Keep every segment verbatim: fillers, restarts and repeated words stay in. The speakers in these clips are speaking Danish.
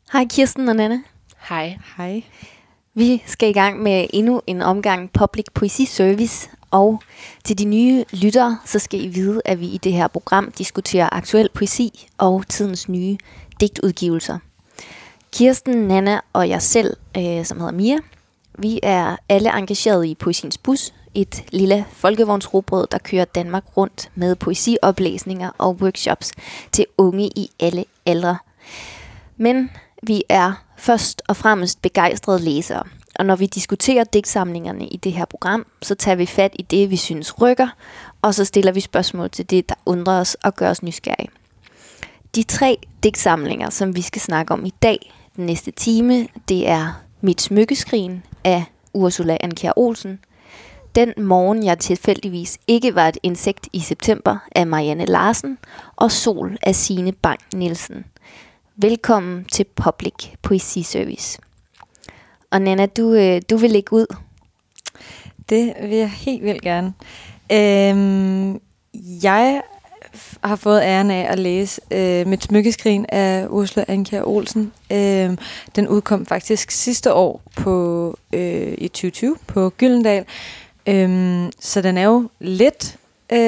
Hej Kirsten og Nanna. Hej. Hej. Vi skal i gang med endnu en omgang Public Poesi Service, og til de nye lyttere, så skal I vide, at vi i det her program diskuterer aktuel poesi og tidens nye digtudgivelser. Kirsten, Nanna og jeg selv, øh, som hedder Mia, vi er alle engageret i Poesiens Bus, et lille folkevognsrugbrød, der kører Danmark rundt med poesioplæsninger og workshops til unge i alle aldre. Men vi er først og fremmest begejstrede læsere, og når vi diskuterer digtsamlingerne i det her program, så tager vi fat i det, vi synes rykker, og så stiller vi spørgsmål til det, der undrer os og gør os nysgerrige. De tre digtsamlinger, som vi skal snakke om i dag, den næste time, det er Mit Smykkeskrin af Ursula Andkjær Olsen, Den morgen jeg tilfældigvis ikke var et insekt i september af Marianne Larsen, og Sol af Signe Bang Nielsen. Velkommen til Public Poesi Service. Og Nanna, du, øh, du vil lægge ud. Det vil jeg helt vildt gerne. Øhm, jeg har fået æren af at læse øh, Mit Smykkeskrin af Ursula Andkjær Olsen. Øhm, den udkom faktisk sidste år på, øh, i tyve tyve på Gyldendal. Øhm, så den er jo lidt...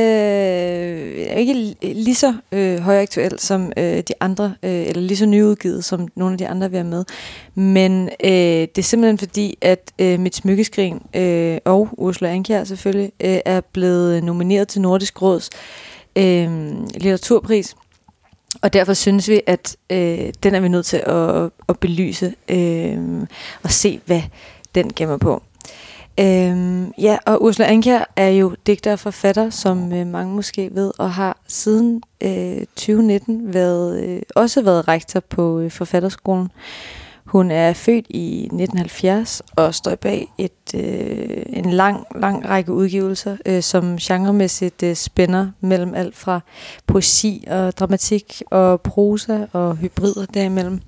Øh, ikke lige så øh, højaktuel som øh, de andre, øh, eller lige så nyudgivet som nogle af de andre, vi er med. Men øh, det er simpelthen fordi, at øh, Mit Smykkeskrin øh, og Ursula Andkjær selvfølgelig øh, er blevet nomineret til Nordisk Råds øh, litteraturpris. Og derfor synes vi, at øh, den er vi nødt til at, at belyse øh, og se, hvad den gemmer på. Øhm, ja, og Ursula Andkjær er jo digter og forfatter, som øh, mange måske ved, og har siden øh, tyve nitten været, øh, også været rektor på øh, Forfatterskolen. Hun er født i nitten halvfjerds og står bag et, øh, en lang, lang række udgivelser, øh, som genremæssigt øh, spænder mellem alt fra poesi og dramatik og prosa og hybrider derimellem.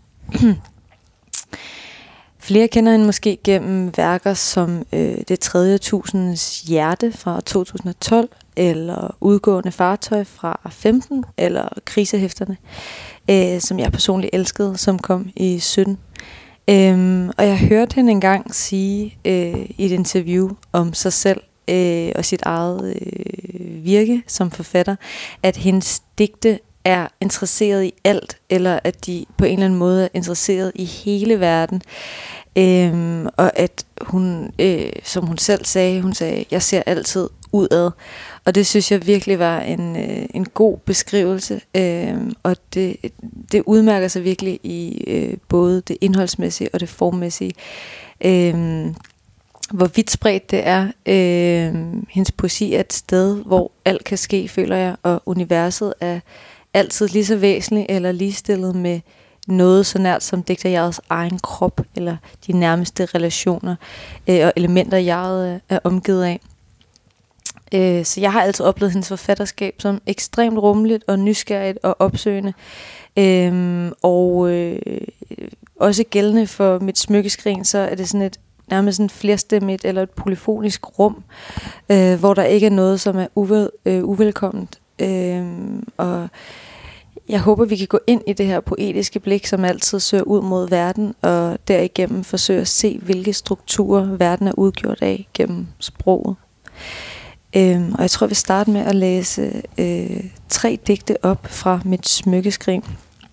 Flere kender hende måske gennem værker som øh, Det tredje tusindens hjerte fra to tusind og tolv, eller Udgående fartøj fra femten, eller Krisehæfterne, øh, som jeg personligt elskede, som kom i sytten. Øhm, og jeg hørte hende engang sige øh, i et interview om sig selv øh, og sit eget øh, virke som forfatter, at hendes digte er interesseret i alt, eller at de på en eller anden måde er interesseret i hele verden. Øhm, og at hun, øh, som hun selv sagde, hun sagde, jeg ser altid udad. Og det synes jeg virkelig var en, øh, en god beskrivelse. Øhm, og det, det udmærker sig virkelig i øh, både det indholdsmæssige og det formmæssige. Øhm, hvor vidt spredt det er. Øh, hendes poesi er et sted, hvor alt kan ske, føler jeg, og universet er altid lige så væsentligt eller ligestillet med noget så nært som digterjegets egen krop, eller de nærmeste relationer øh, og elementer, jeget er, er omgivet af. Øh, så jeg har altid oplevet hendes forfatterskab som ekstremt rummeligt og nysgerrigt og opsøgende. Øh, og øh, også gældende for Mit Smykkeskrin, så er det sådan et nærmest sådan flerstemmigt eller et polyfonisk rum, øh, hvor der ikke er noget, som er uvel, øh, uvelkomment. Øh, og jeg håber, vi kan gå ind i det her poetiske blik, som altid søger ud mod verden, og derigennem forsøger at se, hvilke strukturer verden er udgjort af gennem sproget. Øhm, og jeg tror, vi starter med at læse øh, tre digte op fra Mit Smykkeskrin.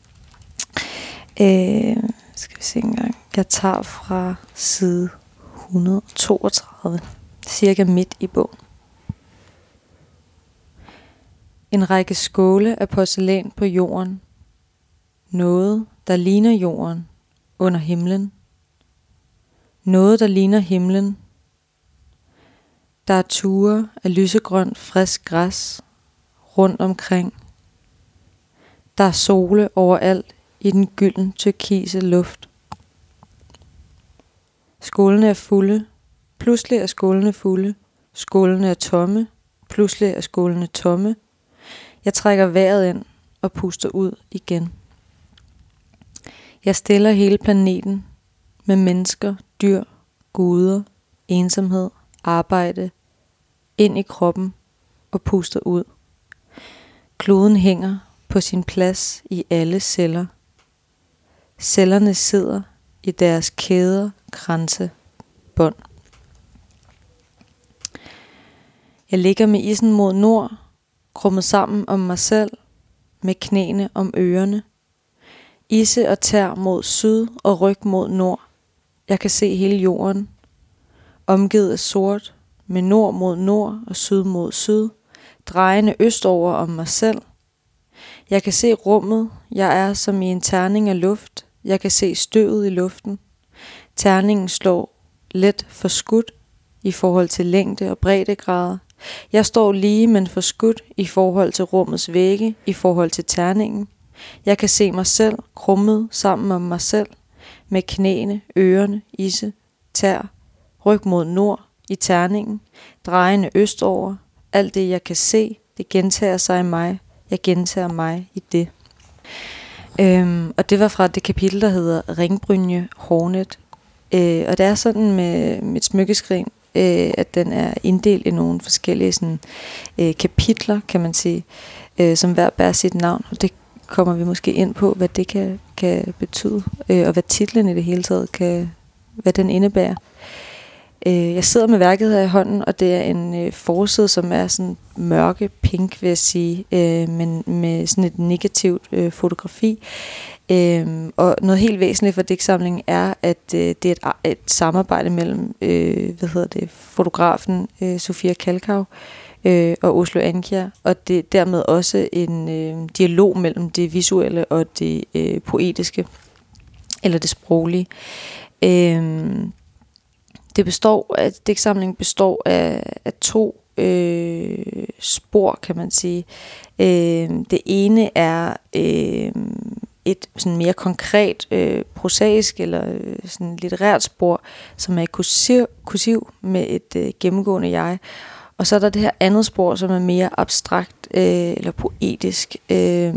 Øh, skal vi se engang. Jeg tager fra side et hundrede og toogtredive, cirka midt i bogen. En række skåle af porcelæn på jorden. Noget, der ligner jorden under himlen. Noget, der ligner himlen. Der er ture af lysegrønt, frisk græs rundt omkring. Der er sole overalt i den gylden turkise luft. Skålene er fulde. Pludselig er skålene fulde. Skålene er tomme. Pludselig er skålene tomme. Jeg trækker vejret ind og puster ud igen. Jeg stiller hele planeten med mennesker, dyr, guder, ensomhed, arbejde ind i kroppen og puster ud. Kloden hænger på sin plads i alle celler. Cellerne sidder i deres kæder, kranse, bånd. Jeg ligger med isen mod nord, krummet sammen om mig selv, med knæene om ørerne. Isse og tær mod syd og ryg mod nord. Jeg kan se hele jorden, omgivet af sort, med nord mod nord og syd mod syd, drejende østover om mig selv. Jeg kan se rummet, jeg er som i en terning af luft. Jeg kan se støvet i luften. Terningen slår let forskudt i forhold til længde og breddegrader. Jeg står lige, men forskudt i forhold til rummets vægge, i forhold til terningen. Jeg kan se mig selv krummet sammen om mig selv, med knæene, ørerne, isse, tær, ryg mod nord i terningen, drejende østover. Alt det, jeg kan se, det gentager sig i mig. Jeg gentager mig i det. Øhm, og det var fra det kapitel, der hedder Ringbrynje Hornet. Øh, og det er sådan med mit smykkeskrin, øh, at den er inddelt i nogle forskellige sådan, øh, kapitler, kan man sige, øh, som hver bærer sit navn. Og det kommer vi måske ind på, hvad det kan, kan betyde, øh, og hvad titlen i det hele taget kan, hvad den indebærer. Øh, jeg sidder med værket her i hånden, og det er en øh, forside, som er sådan mørke pink, vil jeg sige, øh, men med sådan et negativt øh, fotografi. Øh, og noget helt væsentligt for digtsamlingen er, at øh, det er et, et samarbejde mellem øh, hvad hedder det, fotografen øh, Sofia Kalkau øh, og Oslo Ankjær, og det er dermed også en øh, dialog mellem det visuelle og det øh, poetiske, eller det sproglige. Øh, Det består, at digtsamlingen består af, af to øh, spor, kan man sige. Øh, det ene er øh, et sådan mere konkret øh, prosaisk eller øh, sådan litterært spor, som er kursiv, kursiv med et øh, gennemgående jeg. Og så er der det her andet spor, som er mere abstrakt øh, eller poetisk, øh,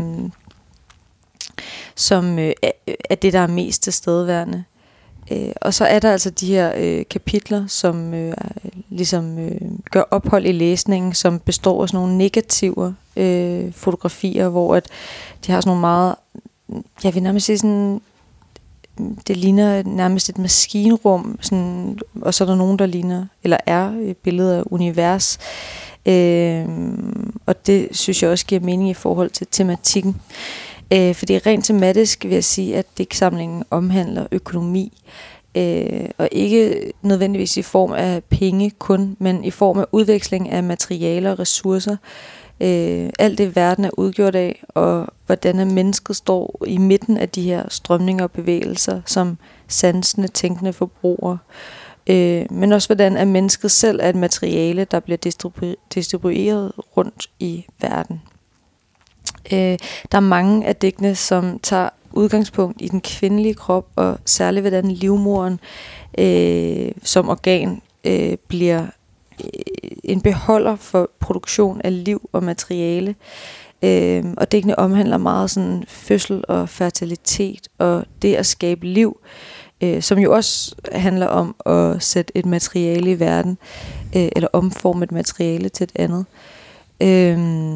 som øh, er det, der er mest tilstedeværende. Øh, og så er der altså de her øh, kapitler, som øh, ligesom øh, gør ophold i læsningen, som består af sådan nogle negative øh, fotografier, hvor at de har sådan nogle meget, jeg vil nærmest sige sådan, det ligner nærmest et maskinrum, sådan, og så er der nogen, der ligner, eller er et billede af univers. Øh, og det synes jeg også giver mening i forhold til tematikken. Øh, fordi rent tematisk vil jeg sige, at digtsamlingen omhandler økonomi, øh, og ikke nødvendigvis i form af penge kun, men i form af udveksling af materialer og ressourcer. Øh, alt det verden er udgjort af, og hvordan er mennesket står i midten af de her strømninger og bevægelser, som sansende, tænkende forbrugere. Øh, men også hvordan er mennesket selv er et materiale, der bliver distribu- distribueret rundt i verden. Øh, der er mange af digtene, som tager udgangspunkt i den kvindelige krop, og særligt hvordan livmoderen øh, som organ øh, bliver øh, en beholder for produktion af liv og materiale. Øh, og digtene omhandler meget sådan fødsel og fertilitet og det at skabe liv, øh, som jo også handler om at sætte et materiale i verden, øh, eller omforme et materiale til et andet. Øh,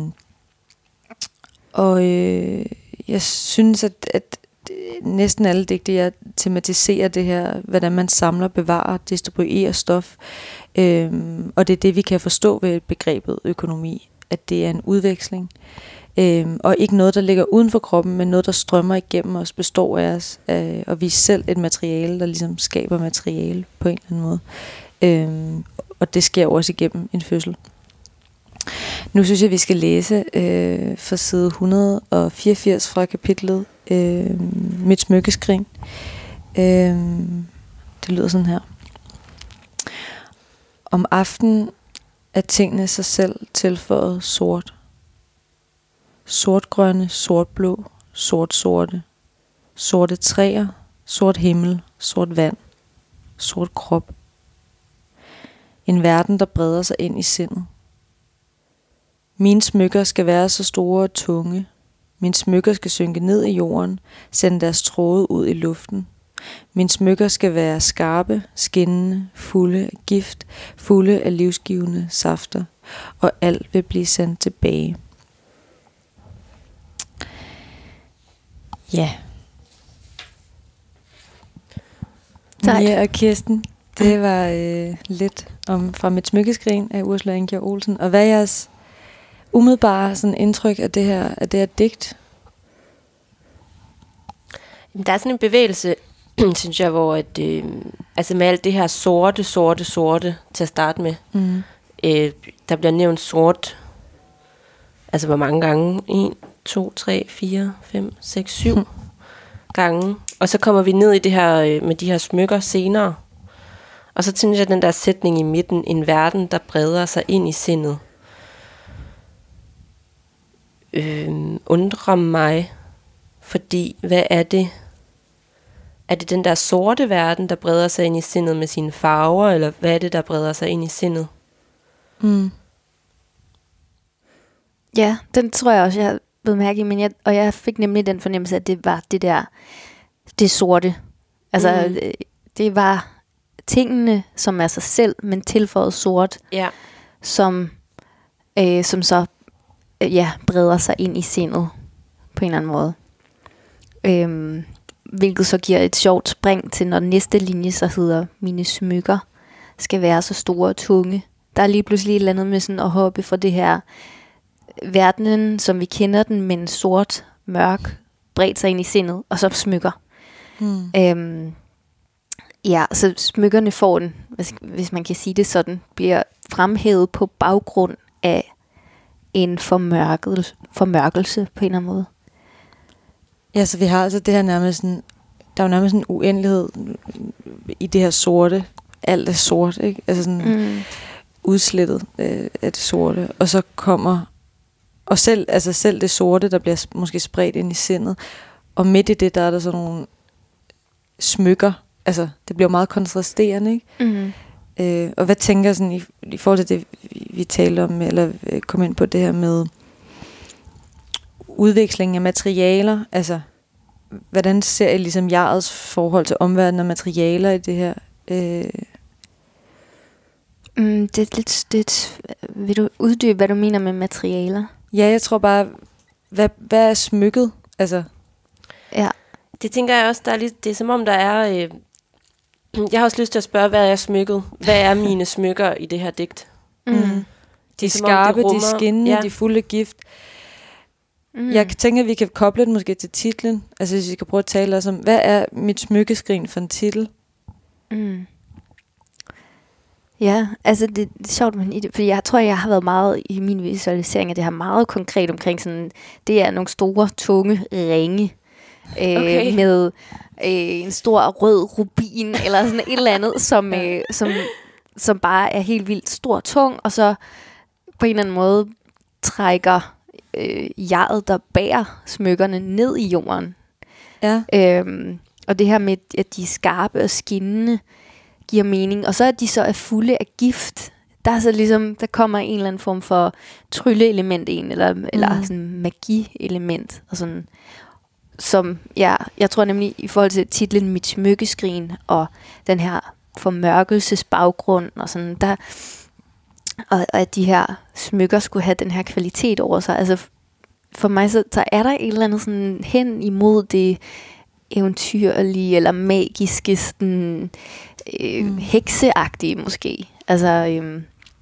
Og øh, jeg synes, at, at næsten alle digte, jeg tematiserer det her, hvordan man samler, bevarer, distribuerer stof. Øhm, og det er det, vi kan forstå ved begrebet økonomi, at det er en udveksling. Øhm, og ikke noget, der ligger uden for kroppen, men noget, der strømmer igennem os, består af os. Øh, og vi er selv et materiale, der ligesom skaber materiale på en eller anden måde. Øhm, og det sker også igennem en fødsel. Nu synes jeg, vi skal læse øh, fra side et hundrede og fireogfirs fra kapitlet øh, Mit smykkeskrin. Øh, det lyder sådan her. Om aftenen er tingene sig selv tilføjet sort. Sortgrønne, sortblå, sort-sorte. Sorte træer, sort himmel, sort vand, sort krop. En verden, der breder sig ind i sindet. Mine smykker skal være så store og tunge. Mine smykker skal synke ned i jorden, sende deres tråde ud i luften. Mine smykker skal være skarpe, skinnende, fulde af gift, fulde af livsgivende safter, og alt vil blive sendt tilbage. Ja. Mia og Kirsten. Det var øh, lidt om fra mit smykkeskrin af Ursula Andkjær Olsen. Og hvad er jeres umiddelbare sådan indtryk af det her, af det her digt? Der er sådan en bevægelse, synes jeg, hvor at, øh, altså med alt det her sorte, sorte, sorte til at starte med. Mm. Øh, der bliver nævnt sort, altså hvor mange gange? en, to, tre, fire, fem, seks, syv mm. gange. Og så kommer vi ned i det her øh, med de her smykker senere. Og så synes jeg, den der sætning i midten, en verden, der breder sig ind i sindet, øh, undrer mig, fordi hvad er det? Er det den der sorte verden, der breder sig ind i sindet med sine farver, eller hvad er det, der breder sig ind i sindet? Mm. Ja, den tror jeg også, jeg har blevet mærke i, men jeg, og jeg fik nemlig den fornemmelse, at det var det der, det sorte. Altså, mm. det, det var tingene, som er sig selv, men tilføjet sort, ja. som, øh, som så øh, ja, breder sig ind i sindet på en eller anden måde. Øhm, hvilket så giver et sjovt spring til, når den næste linje så hedder, mine smykker skal være så store og tunge. Der er lige pludselig et eller andet med sådan at hoppe fra det her verdenen, som vi kender den, men sort, mørk, bredt sig ind i sindet, og så smykker. Hmm. Øhm, ja, så smykkerne får den, hvis, hvis man kan sige det sådan, bliver fremhævet på baggrund af en formørkelse, formørkelse på en eller anden måde. Ja, så vi har altså det her nærmest sådan, der er jo nærmest en uendelighed i det her sorte. Alt er sort, ikke? Altså sådan mm. udslettet øh, af det sorte. Og så kommer, og selv, altså selv det sorte, der bliver måske spredt ind i sindet. Og midt i det, der er der sådan nogle smykker. Altså, det bliver meget kontrasterende, ikke? Mm. Øh, og hvad tænker sådan i, i forhold til det, vi, vi taler om, eller øh, kom ind på det her med udveksling af materialer, altså hvordan ser I ligesom jeres forhold til omverdenen og materialer i det her? Øh? Mm, det er lidt, det, vil du uddybe, hvad du mener med materialer? Ja, jeg tror bare, hvad, hvad er smykket? Altså. Ja. Det tænker jeg også, der er lidt, det er som om der er, øh, jeg har også lyst til at spørge, hvad er smykket? Hvad er mine smykker i det her digt? Mm. De er skarpe, de, de er skinnende, ja. De er fulde af gift. Mm. Jeg tænker, at vi kan koble det måske til titlen. Altså hvis vi kan prøve at tale os om, hvad er mit smykkeskrin for en titel? Mm. Ja, altså det, det er sjovt, men fordi jeg tror, jeg har været meget i min visualisering af det her meget konkret omkring sådan, det er nogle store, tunge ringe øh, okay. med øh, en stor rød rubin eller sådan et eller andet, som, øh, som, som bare er helt vildt stor tung, og så på en eller anden måde trækker Øh, jerret, der bærer smykkerne ned i jorden. Ja. Øhm, og det her med, at de er skarpe og skinnende, giver mening. Og så er de så er fulde af gift. Der er så ligesom, der kommer en eller anden form for trylleelement ind, eller, mm. eller sådan magi-element. Og sådan, som, ja, jeg tror nemlig, i forhold til titlen Mit smykkeskrin, og den her formørkelsesbaggrund, og sådan, der og at de her smykker skulle have den her kvalitet over sig. Altså for mig så, så er der et eller andet sådan hen imod det eventyrlige eller magiske, sådan, øh, mm. hekseagtige måske. Altså øh,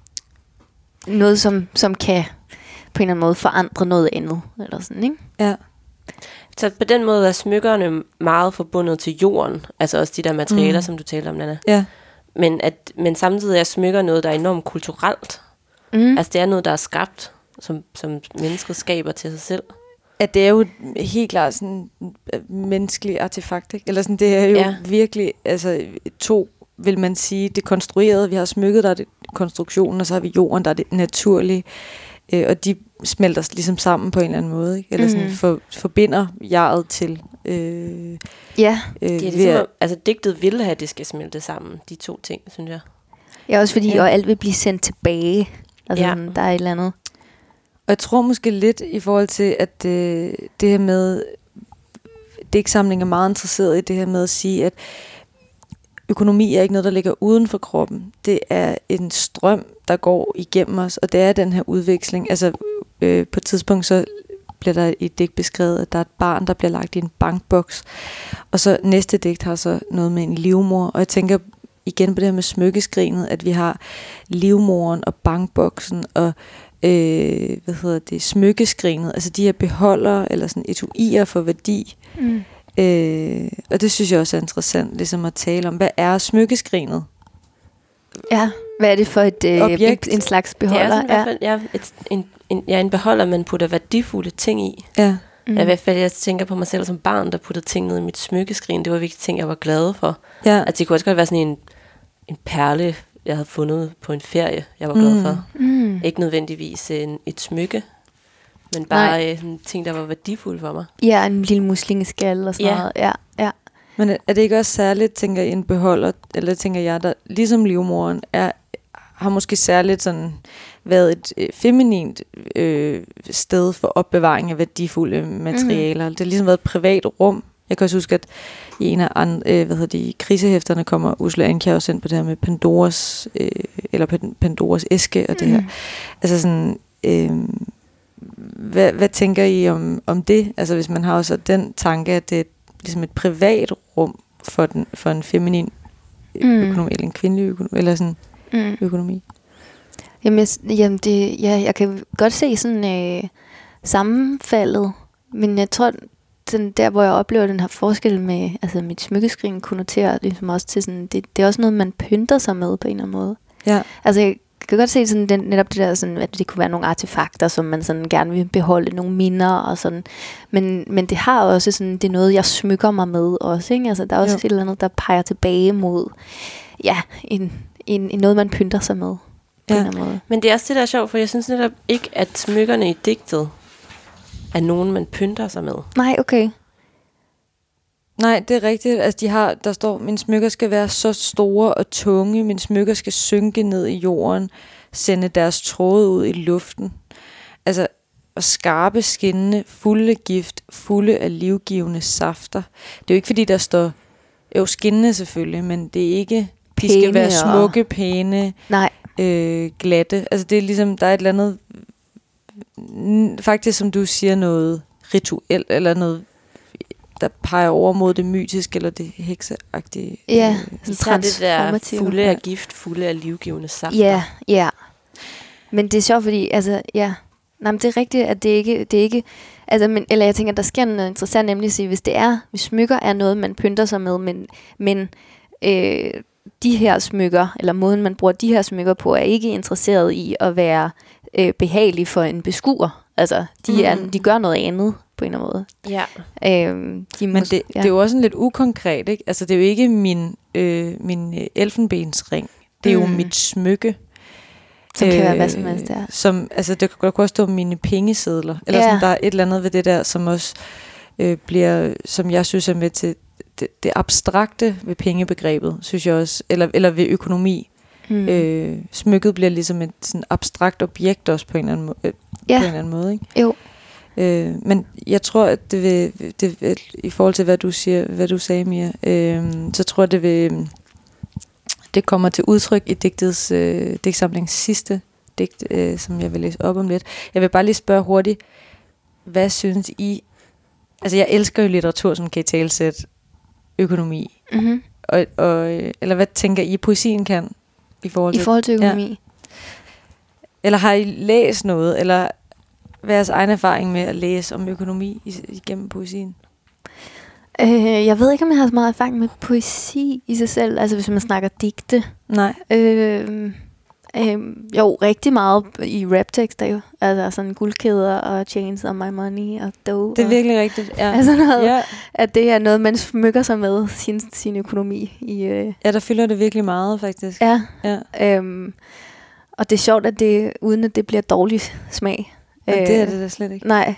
noget som som kan på en eller anden måde forandre noget andet eller sådan, ikke? Ja. Så på den måde er smykkerne meget forbundet til jorden, altså også de der materialer, mm. som du taler om, Nanna. Ja. Men, at, men samtidig er smykker noget, der er enormt kulturelt. Mm. Altså det er noget, der er skabt, som, som mennesket skaber til sig selv. At det er jo helt klart sådan menneskelig artefakt, ikke? Eller sådan, det er jo ja. virkelig, altså to, vil man sige, det konstruerede. Vi har smykket, der er det konstruktionen, og så har vi jorden, der er det naturlige. Øh, og de smelter ligesom sammen på en eller anden måde, ikke? Eller sådan mm. for, forbinder jerret til. Øh, ja, øh, det er ligesom, at, altså digtet vil have, at det skal smelte sammen, de to ting, synes jeg. Ja, også fordi, ja. og alt vil blive sendt tilbage. Altså, ja. sådan, der er et eller andet. Og jeg tror måske lidt i forhold til, at øh, det her med, digtsamling er meget interesseret i det her med at sige, at økonomi er ikke noget, der ligger uden for kroppen. Det er en strøm, der går igennem os, og det er den her udveksling. Altså øh, på et tidspunkt så bliver der i et digt beskrevet, at der er et barn, der bliver lagt i en bankboks. Og så næste digt har så noget med en livmor. Og jeg tænker igen på det her med smykkeskrinet, at vi har livmoren og bankboksen og øh, hvad hedder det, smykkeskrinet. Altså de her beholdere eller sådan etuier for værdi. Mm. Øh, og det synes jeg også er interessant, ligesom at tale om, hvad er smykkeskrinet? Ja, hvad er det for et øh, objekt? En, en slags beholder? Det er sådan, ja. i hvert fald ja, et, en, en, ja, en beholder, man putter værdifulde ting i. Ja. Mm. I hvert fald, jeg tænker på mig selv som barn, der puttede ting ned i mit smykkeskrin. Det var virkelig ting, jeg var glad for. Ja. Altså, det kunne også godt være sådan en, en perle, jeg havde fundet på en ferie, jeg var glad mm. for. Mm. Ikke nødvendigvis en, et smykke, men bare øh, sådan ting, der var værdifulde for mig. Ja, en lille muslingeskal og sådan ja. noget. Ja, ja. Men er det ikke også særligt, tænker jeg, en beholder, eller tænker jeg, der ligesom livmoren, er, har måske særligt sådan været et øh, feminint øh, sted for opbevaring af værdifulde materialer. Mm. Det har ligesom været et privat rum. Jeg kan også huske, at i en af andre, øh, hvad hedder de, krisehæfterne kommer Ursula Andkjær ind på det her med Pandoras, øh, eller Pandoras æske og det mm. her. Altså sådan, øh, hvad, hvad tænker I om, om det? Altså hvis man har også den tanke, at det er ligesom et privat rum for, den, for en feminin mm. økonomi, eller en kvindelig økonomi, eller sådan mm. økonomi. Jamen, jeg, jamen det, ja, jeg kan godt se sådan øh, sammenfaldet, men jeg tror, den, der hvor jeg oplever den her forskel med, altså mit smykkeskrin konnoterer ligesom også til sådan, det, det er også noget, man pynter sig med på en eller anden måde. Ja. Altså jeg kan godt se sådan den, netop det der sådan, at det kunne være nogle artefakter, som man sådan gerne vil beholde, nogle minder og sådan. Men, men det har også sådan, det er noget, jeg smykker mig med også, ikke? Altså der er også jo. Et eller andet, der peger tilbage mod, ja, en, en, en noget, man pynter sig med. Ja. Men det er også det, der er sjovt, for jeg synes netop ikke, at smykkerne i digtet er nogen, man pynter sig med. Nej, okay. Nej, det er rigtigt. Altså, de har, der står, mine smykker skal være så store og tunge, mine smykker skal synke ned i jorden, sende deres tråde ud i luften. Altså, og skarpe, skinnende, fulde af gift, fulde af livgivende safter. Det er jo ikke, fordi der står, jo skinnende selvfølgelig, men det er ikke, de skal være smukke, pæne, nej. Øh, glatte. Altså, det er ligesom, der er et eller andet, faktisk som du siger, noget rituelt, eller noget, der peger over mod det mytiske, eller det hekseagtige. Ja, øh, sådan det der fulde af gift, fulde af livgivende safter. Ja, ja. Men det er sjovt, fordi, altså, ja, nej, men det er rigtigt, at det ikke, det er ikke, altså, men, eller jeg tænker, der sker noget interessant, nemlig at sige, hvis det er, hvis smykker er noget, man pynter sig med, men, men øh, de her smykker, eller måden man bruger de her smykker på, er ikke interesseret i at være øh, behagelig for en beskuer. Altså, de, mm. er, de gør noget andet på en eller anden måde. Ja. Øhm, de Men det, ja. det er jo også en lidt ukonkret, ikke? Altså, det er jo ikke min, øh, min elfenbensring. Det er mm. jo mit smykke. Som kan øh, være hvad som helst der. Som, altså, det kan også stå mine pengesedler. Eller ja. Sådan, der er et eller andet ved det der, som også øh, bliver, som jeg synes er med til det, det abstrakte ved pengebegrebet, synes jeg også, eller, eller ved økonomi. Mm. Øh, smykket bliver ligesom et sådan abstrakt objekt også på en eller anden, må- øh, ja. på en eller anden måde, ikke? Jo. Øh, men jeg tror, at det vil, det vil, i forhold til hvad du siger, hvad du sagde, Mia, øh, så tror jeg, det vil, det kommer til udtryk i digtets øh, digtsamlings sidste digt, øh, som jeg vil læse op om lidt. Jeg vil bare lige spørge hurtigt, hvad synes I? Altså, jeg elsker jo litteratur, som kan talesætte økonomi. Mm-hmm. Og, og, eller hvad tænker I, poesien kan i forhold til, I forhold til økonomi? Ja. Eller har I læst noget, eller hvad er jeres egen erfaring med at læse om økonomi igennem poesien? Øh, jeg ved ikke, om jeg har så meget erfaring med poesi i sig selv, altså hvis man snakker digte. Nej. Øh, øh, jo, rigtig meget i raptekster jo. Altså sådan guldkæder og chains og my money og dough. Det er virkelig rigtigt, ja. Altså noget, ja. At det er noget, man smykker sig med, sin, sin økonomi. I, øh. Ja, der fylder det virkelig meget, faktisk. Ja, ja. Øhm, og det er sjovt, at det, uden at det bliver dårlig smag. Ja, det er det da slet ikke. Nej.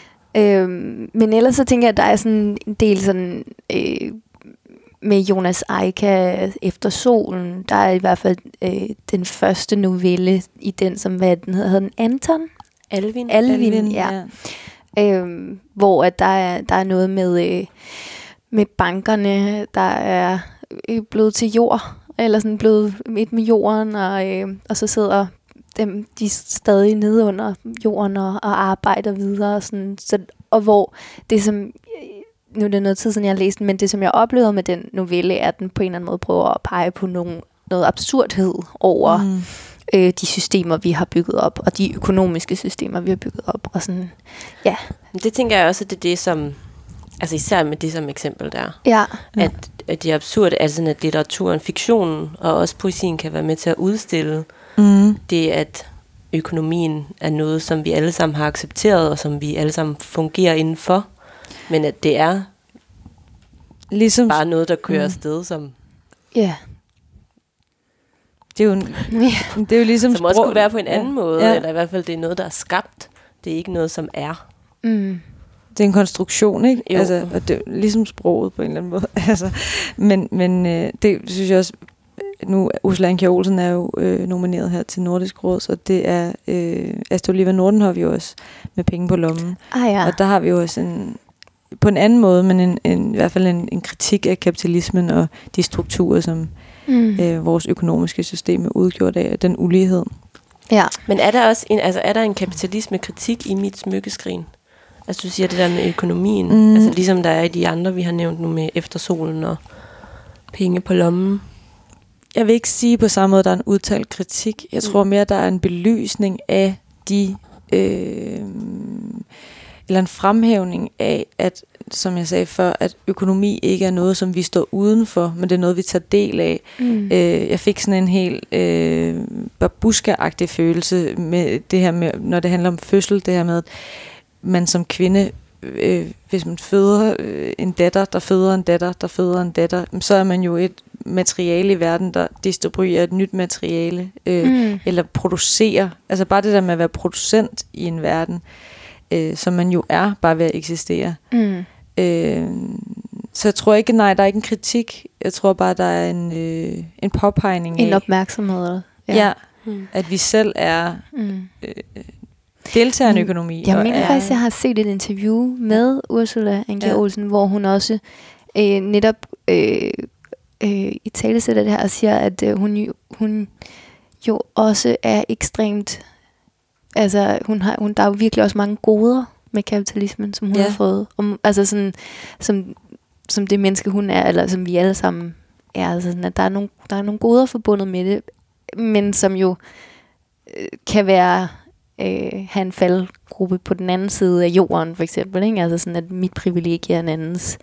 Øhm, men ellers så tænker jeg, at der er sådan en del sådan, øh, med Jonas Eika Efter solen. Der er i hvert fald øh, den første novelle i den, som hvad den hedder, hedder den Anton? Alvin. Alvin, Alvin ja. ja. Øhm, hvor at der er, der er noget med, øh, med bankerne, der er øh, blevet til jord, eller sådan blevet midt med jorden, og, øh, og så sidder dem, de er stadig nede under jorden og, og arbejder videre. Og, sådan, så, og hvor det som, nu er det noget tid siden, jeg har læst den, men det som jeg oplevede med den novelle, er, at den på en eller anden måde prøver at pege på nogle, noget absurdhed over mm. øh, de systemer, vi har bygget op, og de økonomiske systemer, vi har bygget op. Og sådan, ja. Det tænker jeg også, at det er det, som, altså især med det som eksempel der, ja. at, at det er absurd, altså at litteraturen, fiktionen og også poesien kan være med til at udstille mm. det, at økonomien er noget, som vi alle sammen har accepteret, og som vi alle sammen fungerer indenfor, men at det er ligesom bare noget, der kører mm. afsted, som... Ja. Yeah. Det er jo, en, det er jo ligesom... Som også kunne være på en anden ja. måde, ja. eller i hvert fald, det er noget, der er skabt. Det er ikke noget, som er. Mm. Det er en konstruktion, ikke? Jo. Altså, og det er ligesom sproget på en eller anden måde. altså, men men øh, det synes jeg også... Nu, Ursula Andkjær Olsen er jo øh, nomineret her til Nordisk Råd, så det er øh, Astrid Oliva Nordenhof jo også med penge på lommen. Ah, ja. Og der har vi jo også en... På en anden måde, men en, en, i hvert fald en, en kritik af kapitalismen og de strukturer, som mm. øh, vores økonomiske system er udgjort af, den ulighed. Ja. Men er der også en, altså er der en kapitalisme-kritik i mit smykkeskrin? Altså du siger det der med økonomien, mm. altså ligesom der er i de andre, vi har nævnt nu med Eftersolen og penge på lommen. Jeg vil ikke sige på samme måde, der er en udtalt kritik. Jeg tror mere, der er en belysning af de... Øh, eller en fremhævning af, at, som jeg sagde før, at økonomi ikke er noget, som vi står udenfor, men det er noget, vi tager del af. Mm. Øh, jeg fik sådan en helt øh, babushka-agtig følelse med det her med, når det handler om fødsel, det her med, at man som kvinde, øh, hvis man føder øh, en datter, der føder en datter, der føder en datter, så er man jo et materiale i verden, der distribuerer et nyt materiale, øh, mm. eller producerer. Altså bare det der med at være producent i en verden, Øh, som man jo er, bare ved at eksistere. Mm. Øh, så jeg tror ikke, nej, der er ikke en kritik. Jeg tror bare, der er en, øh, en påpegning en af... opmærksomhed. Ja, ja mm. at vi selv er mm. øh, deltagende økonomi. Jeg mener faktisk, jeg har set et interview med Ursula Andkjær Olsen, ja. hvor hun også øh, netop øh, øh, i tale sætter det her og siger, at øh, hun, jo, hun jo også er ekstremt... Altså, hun har, hun, der er jo virkelig også mange goder med kapitalismen, som hun ja. har fået. Om, altså sådan, som, som det menneske, hun er, eller som vi alle sammen er. Altså sådan, at der er, nogle, der er nogle goder forbundet med det, men som jo øh, kan være, øh, have en faldgruppe på den anden side af jorden, for eksempel. Ikke? Altså sådan, at mit privilegie er en andens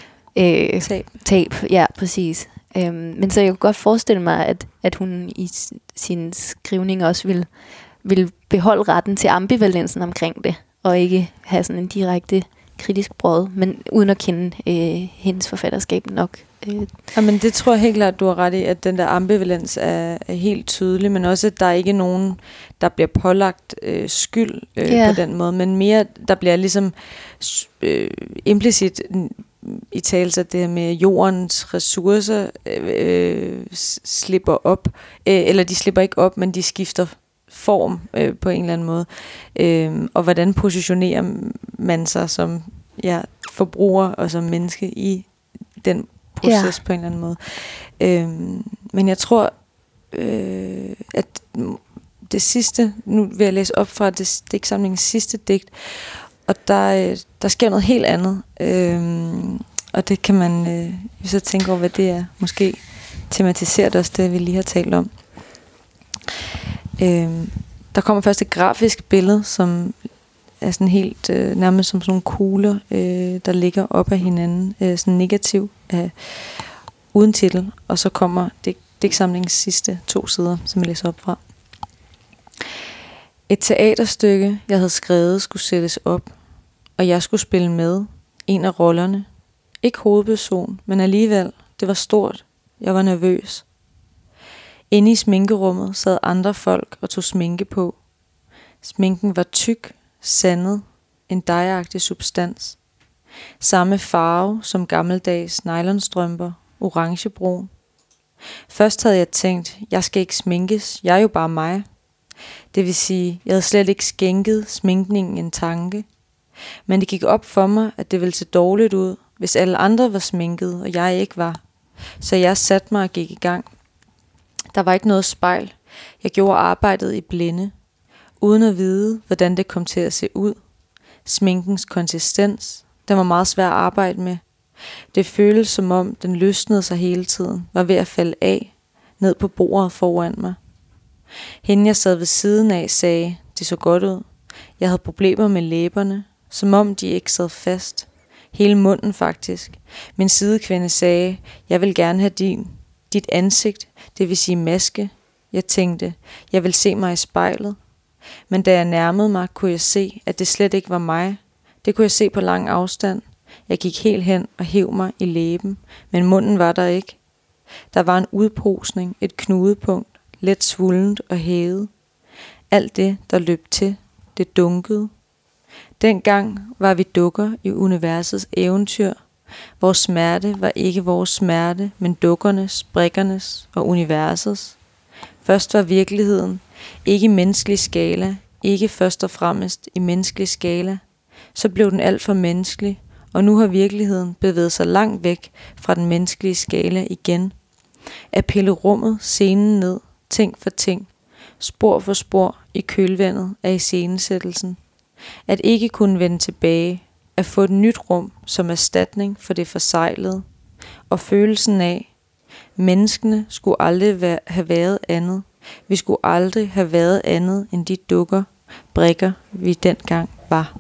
øh, tab. tab. Ja, præcis. Øhm, men så jeg kunne godt forestille mig, at, at hun i sin skrivning også vil vil beholde retten til ambivalensen omkring det, og ikke have sådan en direkte kritisk brød, men uden at kende øh, hendes forfatterskab nok. Øh. Jamen det tror jeg helt klart, du har ret i, at den der ambivalens er, er helt tydelig, men også, at der er ikke nogen, der bliver pålagt øh, skyld øh, yeah. på den måde, men mere, der bliver ligesom øh, implicit i tale af det her med jordens ressourcer øh, slipper op, øh, eller de slipper ikke op, men de skifter form øh, på en eller anden måde. Øh, og hvordan positionerer man sig som ja, forbruger og som menneske i den proces ja. på en eller anden måde. Øh, men jeg tror, øh, at det sidste, nu vil jeg læse op fra det digtsamlingens sidste digt, og der, øh, der sker noget helt andet. Øh, og det kan man øh, så tænke over, hvad det er. Måske tematiseret også det, vi lige har talt om. Øhm, der kommer først et grafisk billede, som er sådan helt øh, nærmest som sådan nogle kugler, øh, der ligger op ad hinanden, øh, sådan negativ, øh, uden titel, og så kommer digt, digtsamlingens sidste to sider, som jeg læser op fra. Et teaterstykke, jeg havde skrevet, skulle sættes op, og jeg skulle spille med, en af rollerne. Ikke hovedperson, men alligevel, det var stort. Jeg var nervøs. Inde i sminkerummet sad andre folk og tog sminke på. Sminken var tyk, sandet, en dejagtig substans. Samme farve som gammeldags nylonstrømper, orangebrun. Først havde jeg tænkt, jeg skal ikke sminkes, jeg er jo bare mig. Det vil sige, jeg havde slet ikke skænket sminkningen en tanke. Men det gik op for mig, at det ville se dårligt ud, hvis alle andre var sminket, og jeg ikke var. Så jeg satte mig og gik i gang. Der var ikke noget spejl. Jeg gjorde arbejdet i blinde, uden at vide, hvordan det kom til at se ud. Sminkens konsistens, den var meget svær at arbejde med. Det føltes som om, den løsnede sig hele tiden, var ved at falde af, ned på bordet foran mig. Hende jeg sad ved siden af sagde, det så godt ud. Jeg havde problemer med læberne, som om de ikke sad fast. Hele munden faktisk. Min sidekvinde sagde, jeg vil gerne have din, dit ansigt, det vil sige maske. Jeg tænkte, jeg vil se mig i spejlet. Men da jeg nærmede mig, kunne jeg se, at det slet ikke var mig. Det kunne jeg se på lang afstand. Jeg gik helt hen og hev mig i læben, men munden var der ikke. Der var en udposning, et knudepunkt, let svullent og hævet. Alt det, der løb til, det dunkede. Dengang var vi dukker i universets eventyr. Vores smerte var ikke vores smerte, men dukkernes, brikkernes og universets. Først var virkeligheden ikke i menneskelig skala, ikke først og fremmest i menneskelig skala. Så blev den alt for menneskelig, og nu har virkeligheden bevæget sig langt væk fra den menneskelige skala igen. At pille rummet, scenen ned, ting for ting, spor for spor i kølvandet af iscenesættelsen. At ikke kunne vende tilbage, at få et nyt rum som erstatning for det forsejlede, og følelsen af, menneskene skulle aldrig være, have været andet. Vi skulle aldrig have været andet end de dukker, brikker, vi dengang var.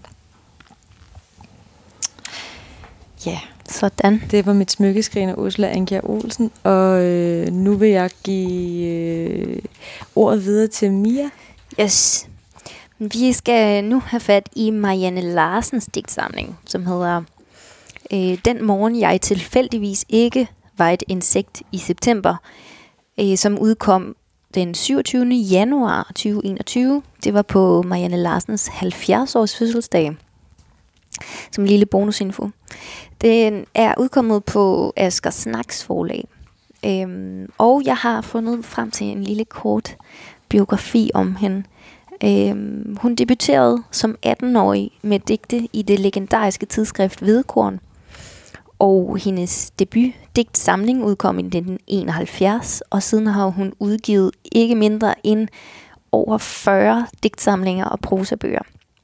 Ja, sådan. Det var mit smykkeskrin af Ursula Andkjær Olsen, og øh, nu vil jeg give øh, ordet videre til Mia. Yes. Vi skal nu have fat i Marianne Larsens digtsamling, som hedder øh, Den morgen jeg tilfældigvis ikke var et insekt i september, øh, som udkom den syvogtyvende januar to tusind og enogtyve. Det var på Marianne Larsens halvfjerds års fødselsdag. Som en lille bonusinfo. Den er udkommet på Asger Snaks forlag. Øhm, og jeg har fundet frem til en lille kort biografi om hende. Øhm, hun debuterede som atten-årig med digte i det legendariske tidsskrift Hvedekorn. Og hendes debutdigtsamling udkom i nitten enoghalvfjerds, og siden har hun udgivet ikke mindre end over fyrre digtsamlinger og prosabøger.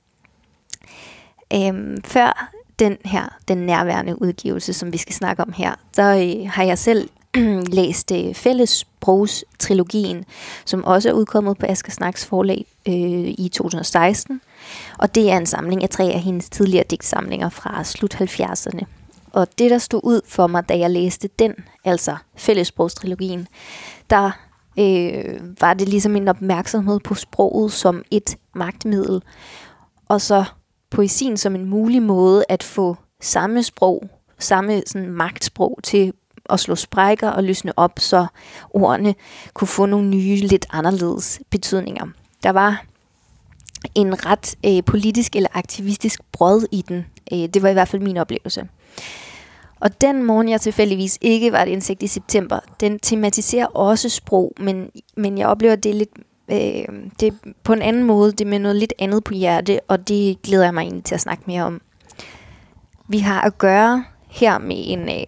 Øhm, før den her, den nærværende udgivelse, som vi skal snakke om her, så øh, har jeg selv læst øh, Fællessprogstrilogien, som også er udkommet på Asger Snaks forlag øh, i to tusind og seksten. Og det er en samling af tre af hendes tidligere digtsamlinger fra slut halvfjerdserne. Og det, der stod ud for mig, da jeg læste den, altså Fællessprogstrilogien, der øh, var det ligesom en opmærksomhed på sproget som et magtmiddel, og så poesien som en mulig måde at få samme sprog, samme sådan magtsprog til at slå sprækker og løsne op, så ordene kunne få nogle nye, lidt anderledes betydninger. Der var en ret øh, politisk eller aktivistisk brød i den. Øh, det var i hvert fald min oplevelse. Og den morgen, jeg tilfældigvis ikke var et insekt i september, den tematiserer også sprog, men, men jeg oplever, det lidt øh, det er på en anden måde, det er med noget lidt andet på hjerte, og det glæder jeg mig egentlig til at snakke mere om. Vi har at gøre her med en, øh,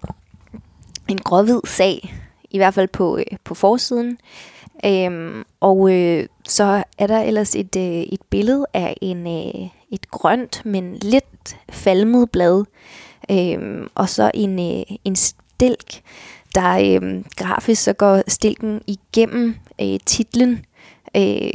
en gråhvid sag, i hvert fald på, øh, på forsiden. Øhm, og øh, så er der ellers et, øh, et billede af en, øh, et grønt, men lidt falmet blad. Øhm, og så en, øh, en stilk, der øh, grafisk så går stilken igennem øh, titlen. Øh,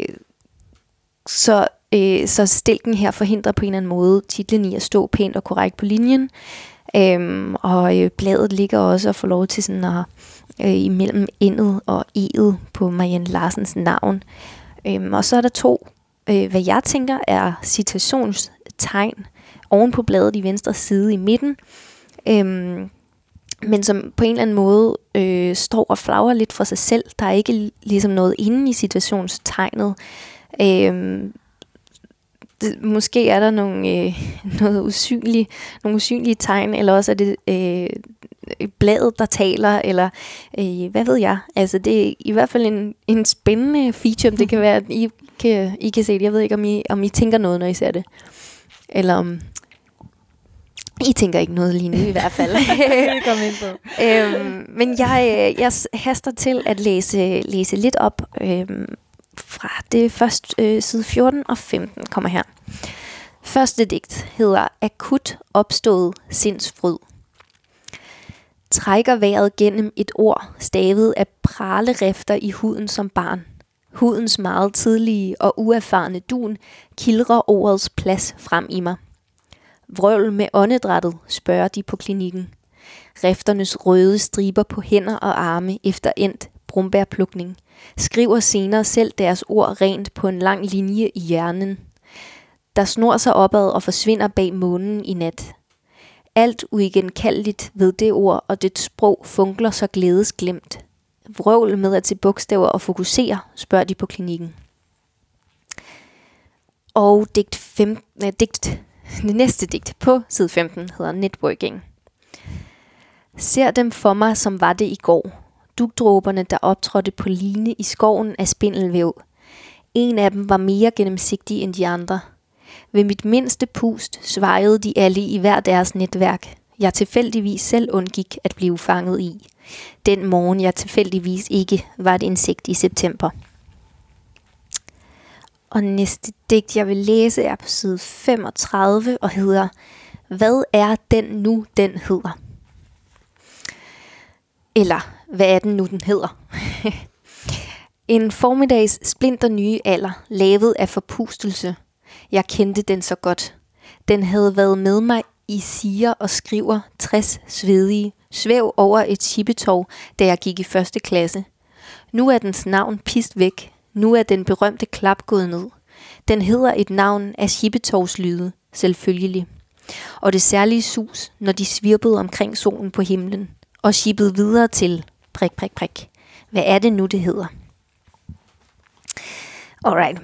så, øh, så stilken her forhindrer på en eller anden måde titlen i at stå pænt og korrekt på linjen. Øhm, og øh, bladet ligger også og får lov til sådan at øh, imellem indet og e'et på Marianne Larsens navn. Øhm, og så er der to, øh, hvad jeg tænker er citationstegn oven på bladet i venstre side i midten, øhm, men som på en eller anden måde øh, står og flagrer lidt for sig selv. Der er ikke ligesom noget inde i situationstegnet. Øhm, det, måske er der nogle, øh, noget usynlige, nogle usynlige tegn, eller også er det øh, bladet, der taler, eller øh, hvad ved jeg. Altså det er i hvert fald en, en spændende feature. Det kan være, at I kan, I kan se det. Jeg ved ikke, om I, om I tænker noget, når I ser det. Eller om I tænker ikke noget lige nu i hvert fald. Kom ind på. øhm, men jeg, jeg haster til at læse, læse lidt op øhm, fra det først øh, side fjorten og femten kommer her. Første digt hedder Akut opstået sindsfryd. Trækker vejret gennem et ord, stavet af pralerifter i huden som barn. Hudens meget tidlige og uerfarne dun kildrer ordets plads frem i mig. Vrøvl med åndedrættet, spørger de på klinikken. Rifternes røde striber på hænder og arme efter endt brumbærplukning skriver senere selv deres ord rent på en lang linje i hjernen, der snor sig opad og forsvinder bag månen i nat. Alt uigenkaldeligt ved det ord og det sprog funkler så glædes glemt. Vrøvl med at til bogstaver og fokusere, spørger de på klinikken. Og digt fem, nej, digt, det næste digt på side femten hedder Networking. Ser dem for mig, som var det i går. Dugdråberne, der optrådte på line i skoven af spindelvæv. En af dem var mere gennemsigtig end de andre. Ved mit mindste pust svajede de alle i hver deres netværk. Jeg tilfældigvis selv undgik at blive fanget i. Den morgen jeg tilfældigvis ikke var et insekt i september. Og næste digt jeg vil læse er på side femogtredive og hedder Hvad er den nu den hedder? Eller hvad er den nu den hedder? En formiddags splinter nye alder, lavet af forpustelse. Jeg kendte den så godt. Den havde været med mig i siger og skriver tres svedige, svæv over et chippetov, da jeg gik i første klasse. Nu er dens navn pist væk. Nu er den berømte klap gået ned. Den hedder et navn af chippetovslyde, selvfølgelig. Og det særlige sus, når de svirpede omkring solen på himlen, og chippede videre til prik, prik, prik. Hvad er det nu, det hedder? Alright.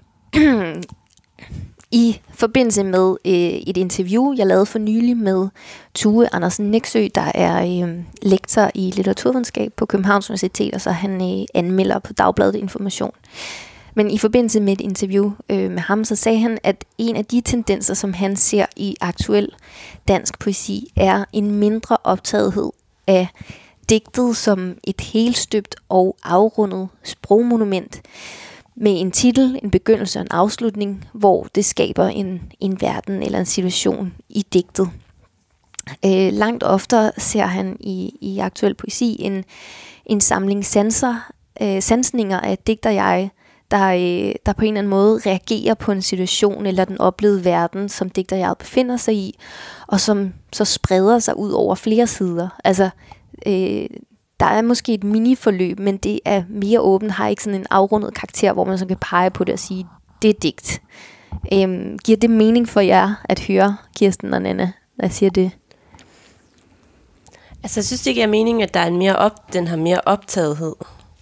I forbindelse med øh, et interview, jeg lavede for nylig med Tue Andersen Nexø, der er øh, lektor i litteraturvidenskab på Københavns Universitet, og så han øh, anmelder på Dagbladet Information. Men i forbindelse med et interview øh, med ham, så sagde han, at en af de tendenser, som han ser i aktuel dansk poesi, er en mindre optagethed af digtet som et helstøbt og afrundet sprogmonument, med en titel, en begyndelse og en afslutning, hvor det skaber en, en verden eller en situation i digtet. Øh, langt oftere ser han i, i aktuel poesi en, en samling sanser, øh, sansninger af digterjeg, der, øh, der på en eller anden måde reagerer på en situation eller den oplevede verden, som digterjeget befinder sig i, og som så spreder sig ud over flere sider. Altså, øh, der er måske et miniforløb, men det er mere åbent, har ikke sådan en afrundet karakter, hvor man så kan pege på det og sige, det er digt. Øhm, giver det mening for jer at høre, Kirsten og Nanna, når jeg siger det? Altså, jeg synes det ikke er meningen, at der er en mere op, den har mere optagethed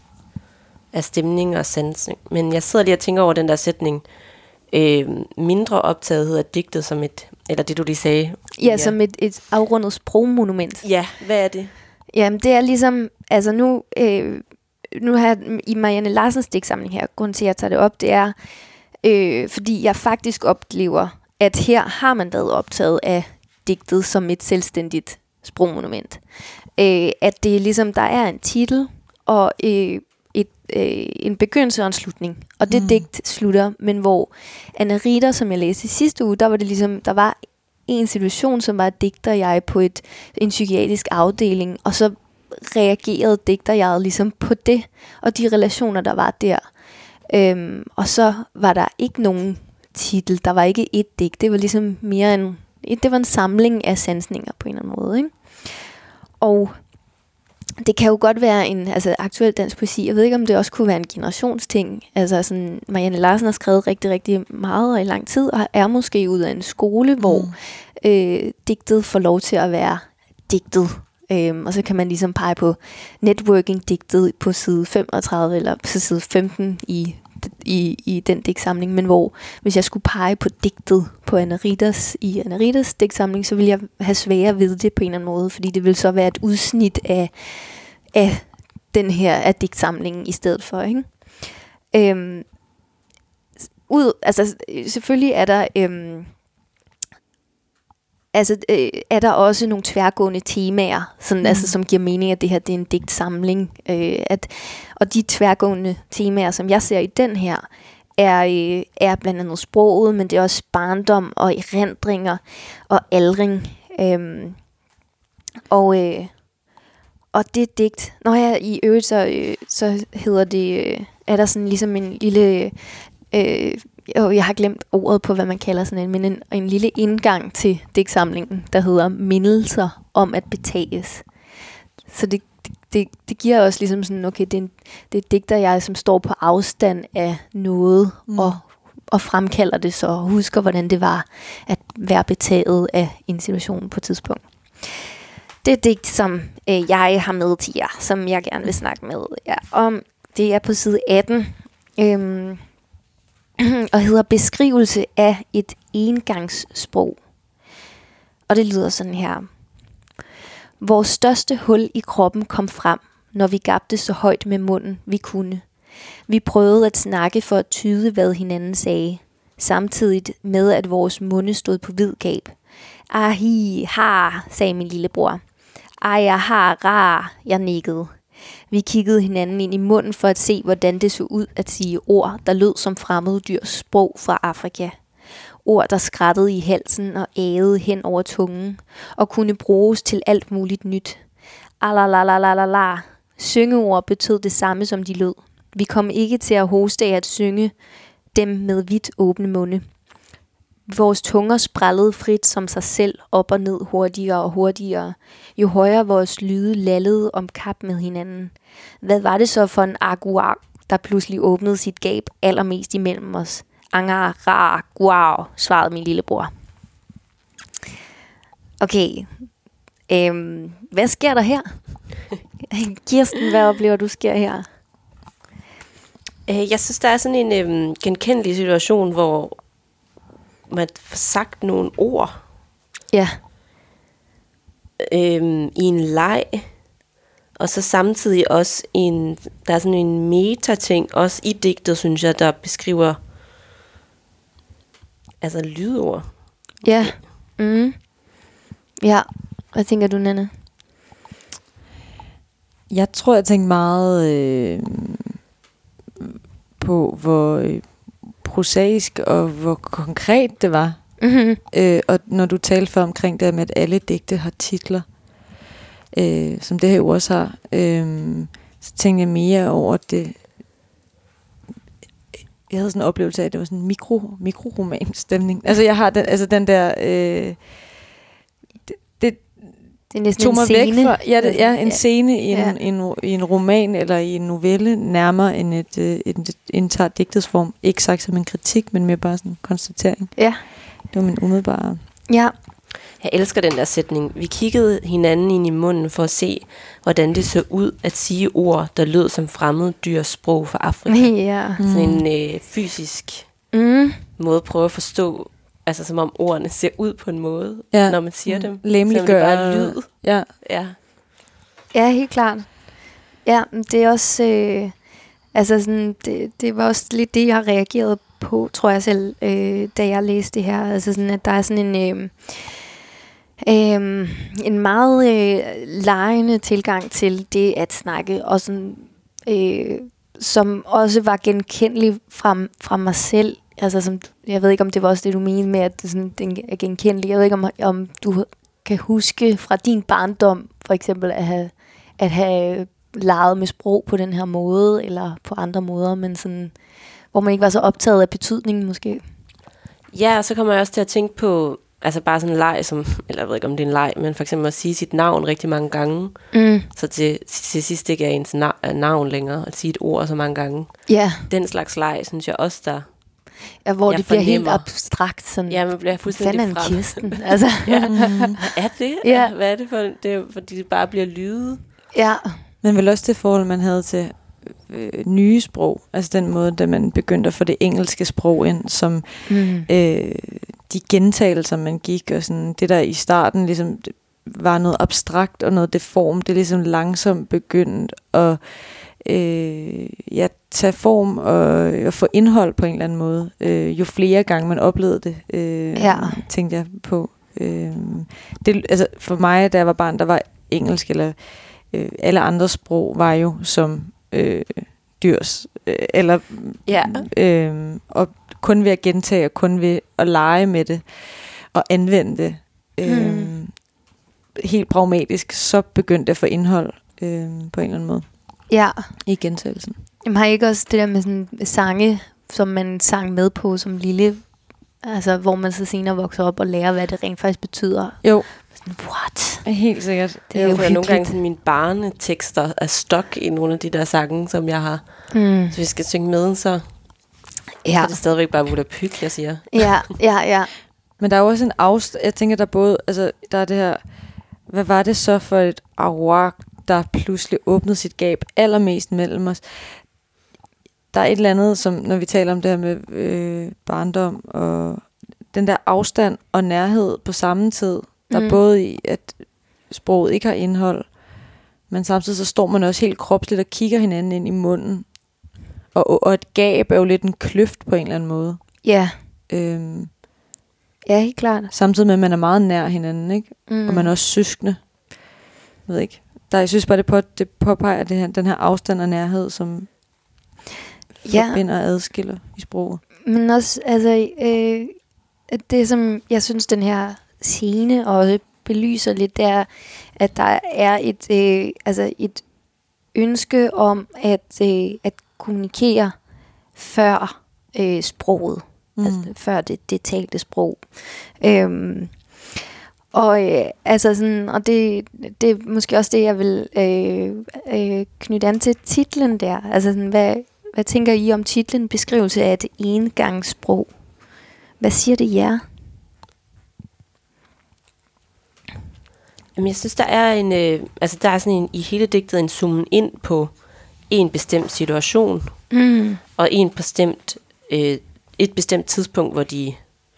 af stemning og sansning. Men jeg sidder lige og tænker over den der sætning, øh, mindre optagethed af digtet som et, eller det du lige sagde. Ja, ja. Som et, et afrundet sprogmonument. Ja, hvad er det? Jamen, det er ligesom, altså nu, øh, nu har jeg i Marianne Larsens digtsamling her, grunden til, at jeg tager det op, det er, øh, fordi jeg faktisk oplever, at her har man været optaget af digtet som et selvstændigt sprogmonument. Øh, at det er ligesom, der er en titel, og øh, et, øh, en begyndelse og en slutning. Og det mm. digt slutter, men hvor Anna Ritter, som jeg læste i sidste uge, der var det ligesom, der var en situation, som var digter jeg på et, en psykiatrisk afdeling, og så reagerede digter jeg ligesom på det, og de relationer, der var der. Øhm, og så var der ikke nogen titel, der var ikke et digt, det var ligesom mere en, det var en samling af sansninger på en eller anden måde, ikke? Og det kan jo godt være en altså aktuel dansk poesi. Jeg ved ikke, om det også kunne være en generationsting. Altså sådan, Marianne Larsen har skrevet rigtig, rigtig meget og i lang tid, og er måske ud af en skole, mm. hvor øh, digtet får lov til at være digtet. Øhm, og så kan man ligesom pege på networking-digtet på side femogtredive, eller på side femten i, i, i den digtsamling. Men hvor, hvis jeg skulle pege på digtet på Anna Ritters, i Anna Ritters digtsamling, så ville jeg have sværere ved det på en eller anden måde, fordi det ville så være et udsnit af, af den her af digtsamlingen i stedet for, ikke? Øhm, ud, altså selvfølgelig er der øhm, altså, øh, er der også nogle tværgående temaer, sådan, mm. altså, som giver mening, at det her det er en digtsamling. Øh, at, og de tværgående temaer, som jeg ser i den her, er, øh, er blandt andet sproget, men det er også barndom og erindringer og aldring. Øh, og, øh, og det digt, når jeg i øvrigt, så, øh, så hedder det, øh, er der sådan ligesom en lille... Øh, og jeg har glemt ordet på, hvad man kalder sådan en, men en, en lille indgang til digtsamlingen, der hedder mindelser om at betages. Så det, det, det giver også ligesom sådan, okay, det er, en, det er et digter, jeg som står på afstand af noget, mm. og, og fremkalder det så, og husker, hvordan det var at være betaget af en situation på et tidspunkt. Det er et digt, som øh, jeg har med til jer, som jeg gerne vil snakke med jer om. Det er på side atten, øhm, og hedder Beskrivelse af et engangssprog. Og det lyder sådan her. Vores største hul i kroppen kom frem, når vi gabte så højt med munden, vi kunne. Vi prøvede at snakke for at tyde, hvad hinanden sagde, samtidig med, at vores munde stod på vid gab. Ahi, ha, sagde min lillebror. Ej, aha, ra, jeg nikkede. Vi kiggede hinanden ind i munden for at se, hvordan det så ud at sige ord, der lød som fremmede dyrs sprog fra Afrika. Ord, der skrattede i halsen og ægede hen over tungen, og kunne bruges til alt muligt nyt. Alalalalala. Syngeord betød det samme, som de lød. Vi kom ikke til at hoste af at synge dem med vidt åbne munde. Vores tunger sprællede frit som sig selv op og ned hurtigere og hurtigere, jo højere vores lyde lallede om kap med hinanden. Hvad var det så for en aguar, der pludselig åbnede sit gab allermest imellem os? Angar, ra, guau, svarede min lillebror. Okay, øhm, hvad sker der her? Kirsten, hvad oplever du sker her? Jeg synes, der er sådan en øhm, genkendelig situation, hvor man får sagt nogle ord. Ja. Øhm, i en leg. Og så samtidig også en, der er sådan en meta-ting, også i digtet, synes jeg, der beskriver altså lydord. Ja. Mm. Ja. Hvad tænker du, Nanna? Jeg tror, jeg tænkte meget øh, på, hvor øh, prosaisk og hvor konkret det var. Mm-hmm. Øh, og når du talte for omkring det med, at alle digte har titler, øh, som det her også har, øh, så tænkte jeg mere over det. Jeg havde sådan en oplevelse af, at det var sådan en mikro, mikroroman-stemning. Altså jeg har den, altså den der... Øh, det, det, det er næsten tog en mig scene. Væk fra, ja, det, ja, en ja. scene i en, ja. en, i en roman eller i en novelle, nærmere end et, et, et indtager digtets form. Ikke sagt som en kritik, men mere bare sådan en konstatering. Ja. Det var min umiddelbare... Ja. Jeg elsker den der sætning. Vi kiggede hinanden ind i munden for at se, hvordan det så ud at sige ord, der lød som fremmede dyrs sprog fra Afrika. Ja. Mm. Sådan en øh, fysisk mm. måde at prøve at forstå, altså som om ordene ser ud på en måde, ja. Når man siger mm. dem. Læmeliggør. Selvom det bare er lyd. Ja. Ja. Ja, helt klart. Ja, det er også... Øh, altså sådan, det, det var også lidt det, jeg reagerede på, tror jeg selv, øh, da jeg læste det her. Altså sådan, at der er sådan en... Øh, Øhm, en meget øh, legende tilgang til det at snakke, og sådan, øh, som også var genkendelig fra, fra mig selv. Altså, som, jeg ved ikke, om det var også det, du mente med, at det sådan, den er genkendelig. Jeg ved ikke, om, om du kan huske fra din barndom, for eksempel, at have, at have leget med sprog på den her måde, eller på andre måder, men sådan, hvor man ikke var så optaget af betydningen, måske. Ja, og så kommer jeg også til at tænke på, altså bare sådan en leg, som, eller jeg ved ikke, om det er en leg, men for eksempel at sige sit navn rigtig mange gange, mm. så til, til sidst ikke er ens na- navn længere, at sige et ord så mange gange. Yeah. Den slags leg, synes jeg også, der... Ja, hvor jeg det bliver fornemmer. helt abstrakt. Sådan, ja, man bliver fuldstændig frem. Kirsten, altså. ja. Er det? Ja. Hvad er det for? Det er, fordi det bare bliver lyde. Ja. Men vel også det forhold, man havde til øh, nye sprog. Altså den måde, da man begyndte at få det engelske sprog ind, som mm. øh, de gentagelser, man gik, og sådan det der i starten ligesom var noget abstrakt og noget deform, det ligesom langsomt begyndte at øh, ja, tage form og, og få indhold på en eller anden måde. Øh, jo flere gange man oplevede det, øh, ja. tænkte jeg på. Øh, det, altså for mig, da jeg var barn, der var engelsk, eller øh, alle andre sprog, var jo som øh, dyrs. Øh, eller, ja. øh, og kun ved at gentage, og kun ved at lege med det, og anvende det, øh, mm. helt pragmatisk, så begyndte jeg at få indhold øh, på en eller anden måde. Ja. I gentagelsen. Jamen har I ikke også det der med sådan sange, som man sang med på som lille, altså hvor man så senere vokser op og lærer, hvad det rent faktisk betyder? Jo. Sådan, what? Helt sikkert. Det er det jo er hyggeligt. nogle gange sådan, mine barnetekster er stok i nogle af de der sange, som jeg har. Mm. Så vi skal synge med, så, ja. så er det stadigvæk bare volapyk, jeg siger. Ja, ja, ja. Men der er jo også en afstand. Jeg tænker, der både, altså der er det her, hvad var det så for et aroak, der pludselig åbnede sit gab allermest mellem os? Der er et eller andet, som når vi taler om det her med øh, barndom, og den der afstand og nærhed på samme tid, der mm. er både i, at sproget ikke har indhold, men samtidig så står man også helt kropsligt og kigger hinanden ind i munden. Og, og et gab er jo lidt en kløft på en eller anden måde. Ja. Øhm, ja, helt klart. Samtidig med, at man er meget nær hinanden, ikke? Mm. Og man er også søskende. Jeg ved ikke. Der, jeg synes bare, det, på, det påpeger det her, den her afstand og nærhed, som ja. forbinder og adskiller i sproget. Men også, altså, øh, det som jeg synes, den her scene også belyser lidt, det er, at der er et, øh, altså et ønske om at, øh, at kommunikere før øh, sproget. Mm. Altså før det, det talte sprog. Øhm, og øh, altså sådan, og det, det er måske også det, jeg vil øh, øh, knytte an til titlen der. Altså sådan, hvad, hvad tænker I om titlen, beskrivelse af et engangssprog? Hvad siger det jer? Jamen, jeg synes, der er en, øh, altså der er sådan en, i hele digtet en zoomen ind på en bestemt situation, mm. og en bestemt, øh, et bestemt tidspunkt, hvor de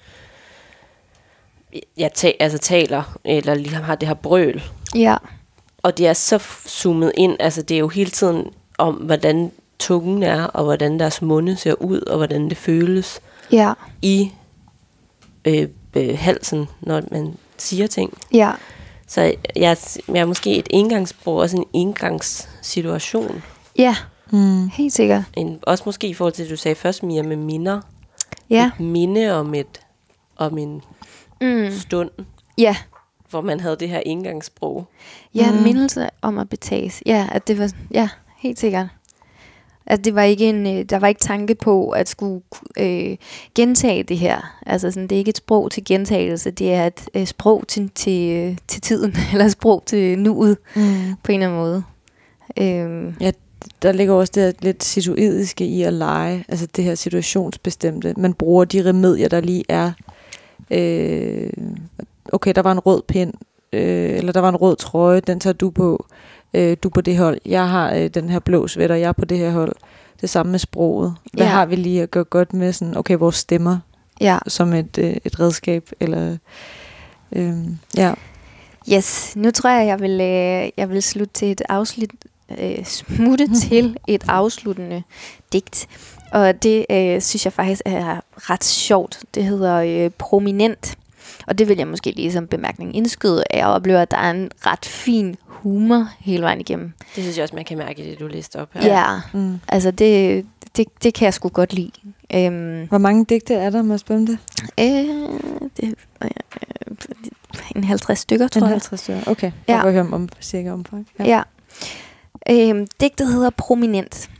ja, ta- altså taler, eller ligesom har det her brøl. Ja. Og det er så f- zoomet ind, altså det er jo hele tiden om, hvordan tungen er, og hvordan deres munde ser ud, og hvordan det føles ja. i øh, øh, halsen, når man siger ting. Ja. Så jeg, jeg er måske et engangssprog, også en engangssituation. Ja, mm. helt sikkert. En, også måske i forhold til det, du sagde først, Mia, med minder. Ja. Et minde om, et, om en mm. stund, ja. hvor man havde det her engangssprog. Ja, mm. mindelse om at betages. Ja, at det var, ja, helt sikkert. Altså, det var ikke en, der var ikke tanke på at skulle øh, gentage det her. Altså, sådan, det er ikke et sprog til gentagelse, det er et øh, sprog til, til, til tiden, eller et sprog til nuet, mm. på en eller anden måde. Øhm. Ja, der ligger også det her lidt situidiske i at lege, altså det her situationsbestemte. Man bruger de remedier, der lige er. Øh, okay, der var en rød pind, øh, eller der var en rød trøje, den tager du på. Øh, du på det hold. Jeg har øh, den her blå sweater, jeg er på det her hold. Det samme med sproget. Hvad ja. har vi lige at gøre godt med sådan, okay, vores stemmer ja. som et, øh, et redskab, eller øh, ja. Yes, nu tror jeg, jeg vil, øh, jeg vil slutte til et afslut, øh, smutte til et afsluttende digt. Og det øh, synes jeg faktisk er ret sjovt. Det hedder øh, Prominent. Og det vil jeg måske lige som bemærkning indskyde, at jeg oplever, at der er en ret fin humor hele vejen igennem. Det synes jeg også, man kan mærke i det, du læste op her. Ja, mm. altså det, det, det kan jeg sgu godt lide. Um, Hvor mange digte er der, må jeg spørge om det? Øh, det øh, en halvtreds stykker, tror jeg. En halvtreds stykker, okay. Ja. Jeg kan høre om cirka omfang. Ja. ja. Um, digtet hedder Prominent.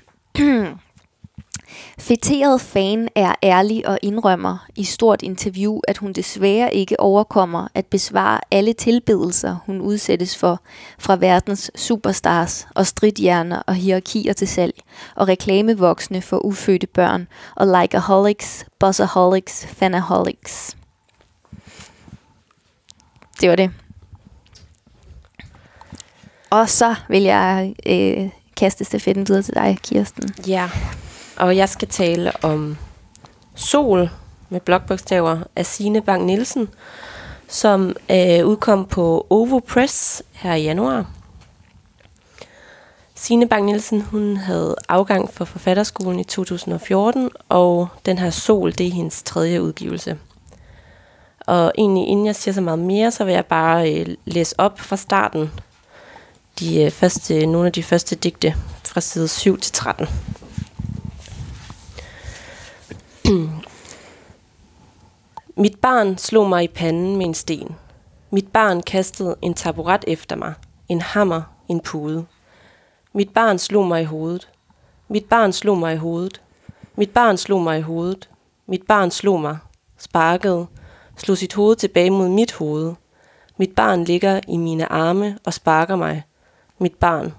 Fætteret fan er ærlig og indrømmer i stort interview, at hun desværre ikke overkommer at besvare alle tilbedelser, hun udsættes for fra verdens superstars og stridhjerner og hierarkier til salg, og reklamevoksne for ufødte børn, og likeaholics, bossaholics, fanaholics. Det var det. Og så vil jeg øh, kaste stafetten videre til dig, Kirsten. Ja. Og jeg skal tale om Sol med blokbogstaver af Signe Bang Nielsen, som øh, udkom på Ovo Press her i januar. Signe Bang Nielsen, hun havde afgang fra forfatterskolen i to tusind og fjorten, og den her Sol, det er hendes tredje udgivelse. Og egentlig, inden jeg siger så meget mere, så vil jeg bare øh, læse op fra starten de, øh, første, nogle af de første digte fra side syv til tretten. Mit barn slog mig i panden med en sten. Mit barn kastede en taburet efter mig, en hammer, en pude. Mit barn slog mig i hovedet. Mit barn slog mig i hovedet. Mit barn slog mig i hovedet. Mit barn slog mig, sparkede, slog sit hoved tilbage mod mit hoved. Mit barn ligger i mine arme og sparker mig. Mit barn.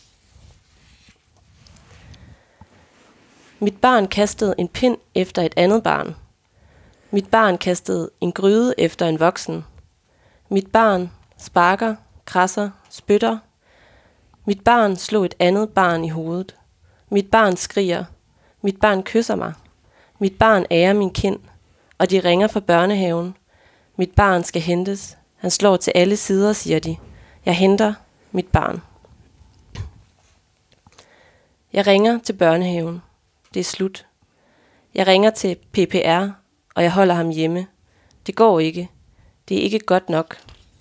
Mit barn kastede en pind efter et andet barn. Mit barn kastede en gryde efter en voksen. Mit barn sparker, krasser, spytter. Mit barn slog et andet barn i hovedet. Mit barn skriger. Mit barn kysser mig. Mit barn ærer min kind, og de ringer fra børnehaven. Mit barn skal hentes. Han slår til alle sider, siger de. Jeg henter mit barn. Jeg ringer til børnehaven. Det er slut. Jeg ringer til P P R, og jeg holder ham hjemme. Det går ikke. Det er ikke godt nok.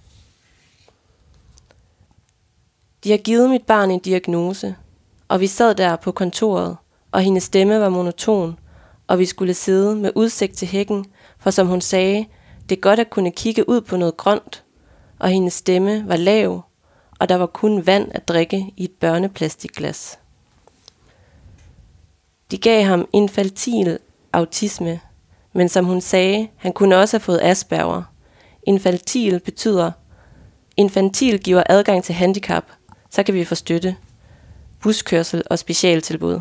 De har givet mit barn en diagnose, og vi sad der på kontoret, og hendes stemme var monoton, og vi skulle sidde med udsigt til hækken, for som hun sagde, det er godt at kunne kigge ud på noget grønt, og hendes stemme var lav, og der var kun vand at drikke i et børneplastikglas. De gav ham infantil autisme, men som hun sagde, han kunne også have fået Asperger. Infantil betyder, infantil giver adgang til handicap, så kan vi få støtte, buskørsel og specialtilbud.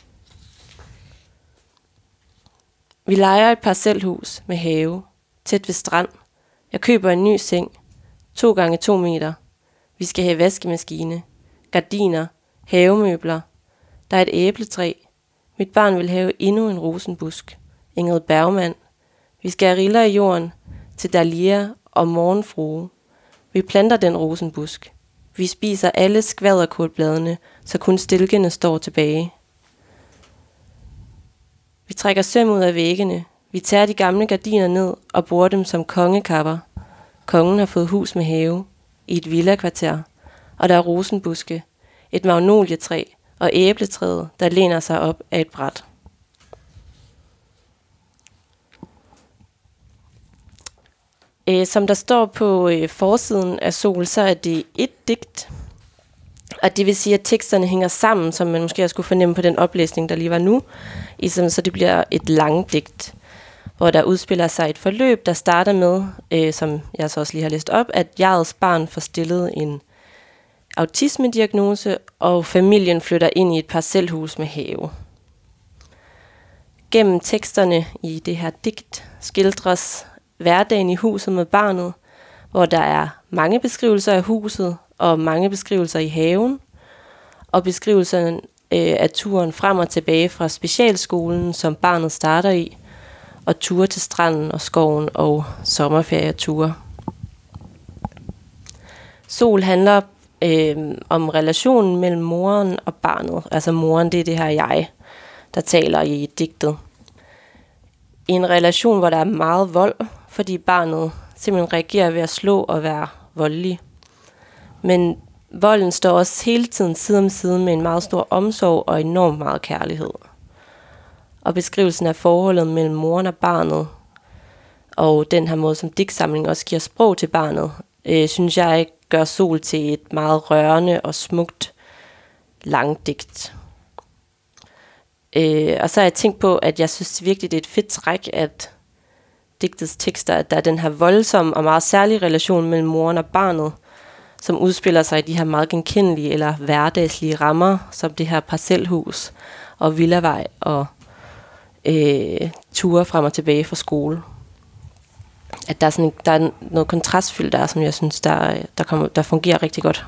Vi lejer et parcelhus med have, tæt ved strand. Jeg køber en ny seng, to gange to meter. Vi skal have vaskemaskine, gardiner, havemøbler. Der er et æbletræ. Mit barn vil have endnu en rosenbusk. Ingrid Bergman. Vi skal have riller i jorden til Dahlia og morgenfrue. Vi planter den rosenbusk. Vi spiser alle skvaderkålbladene, så kun stilkene står tilbage. Vi trækker søm ud af væggene. Vi tager de gamle gardiner ned og bruger dem som kongekapper. Kongen har fået hus med have i et villakvarter, og der er rosenbuske, et magnolietræ og æbletræet, der læner sig op af et bræt. Æ, som der står på øh, forsiden af Sol, så er det et digt, og det vil sige, at teksterne hænger sammen, som man måske også skulle fornemme på den oplæsning, der lige var nu, ligesom, så det bliver et langt digt, hvor der udspiller sig et forløb, der starter med, øh, som jeg så også lige har læst op, at jegets barn får stillet en autismediagnose, og familien flytter ind i et parcelhus med have. Gennem teksterne i det her digt skildres hverdagen i huset med barnet, hvor der er mange beskrivelser af huset og mange beskrivelser i haven, og beskrivelserne øh, af turen frem og tilbage fra specialskolen, som barnet starter i, og ture til stranden og skoven og sommerferieture. Sol handler øh, om relationen mellem moren og barnet. Altså moren, det er det her jeg, der taler i digtet. I en relation, hvor der er meget vold, fordi barnet simpelthen reagerer ved at slå og være voldelig. Men volden står også hele tiden side om side med en meget stor omsorg og enormt meget kærlighed. Og beskrivelsen af forholdet mellem moren og barnet, og den her måde, som digtsamlingen også giver sprog til barnet, øh, synes jeg gør Sol til et meget rørende og smukt langt digt. Øh, og så har jeg tænkt på, at jeg synes virkelig, det er et fedt træk, at digtets tekster, at der er den her voldsomme og meget særlige relation mellem moren og barnet, som udspiller sig i de her meget genkendelige eller hverdagslige rammer, som det her parcelhus og villavej og øh, ture frem og tilbage fra skole. At der er, sådan en, der er noget kontrastfyldt der, som jeg synes, der, der, kommer, der fungerer rigtig godt.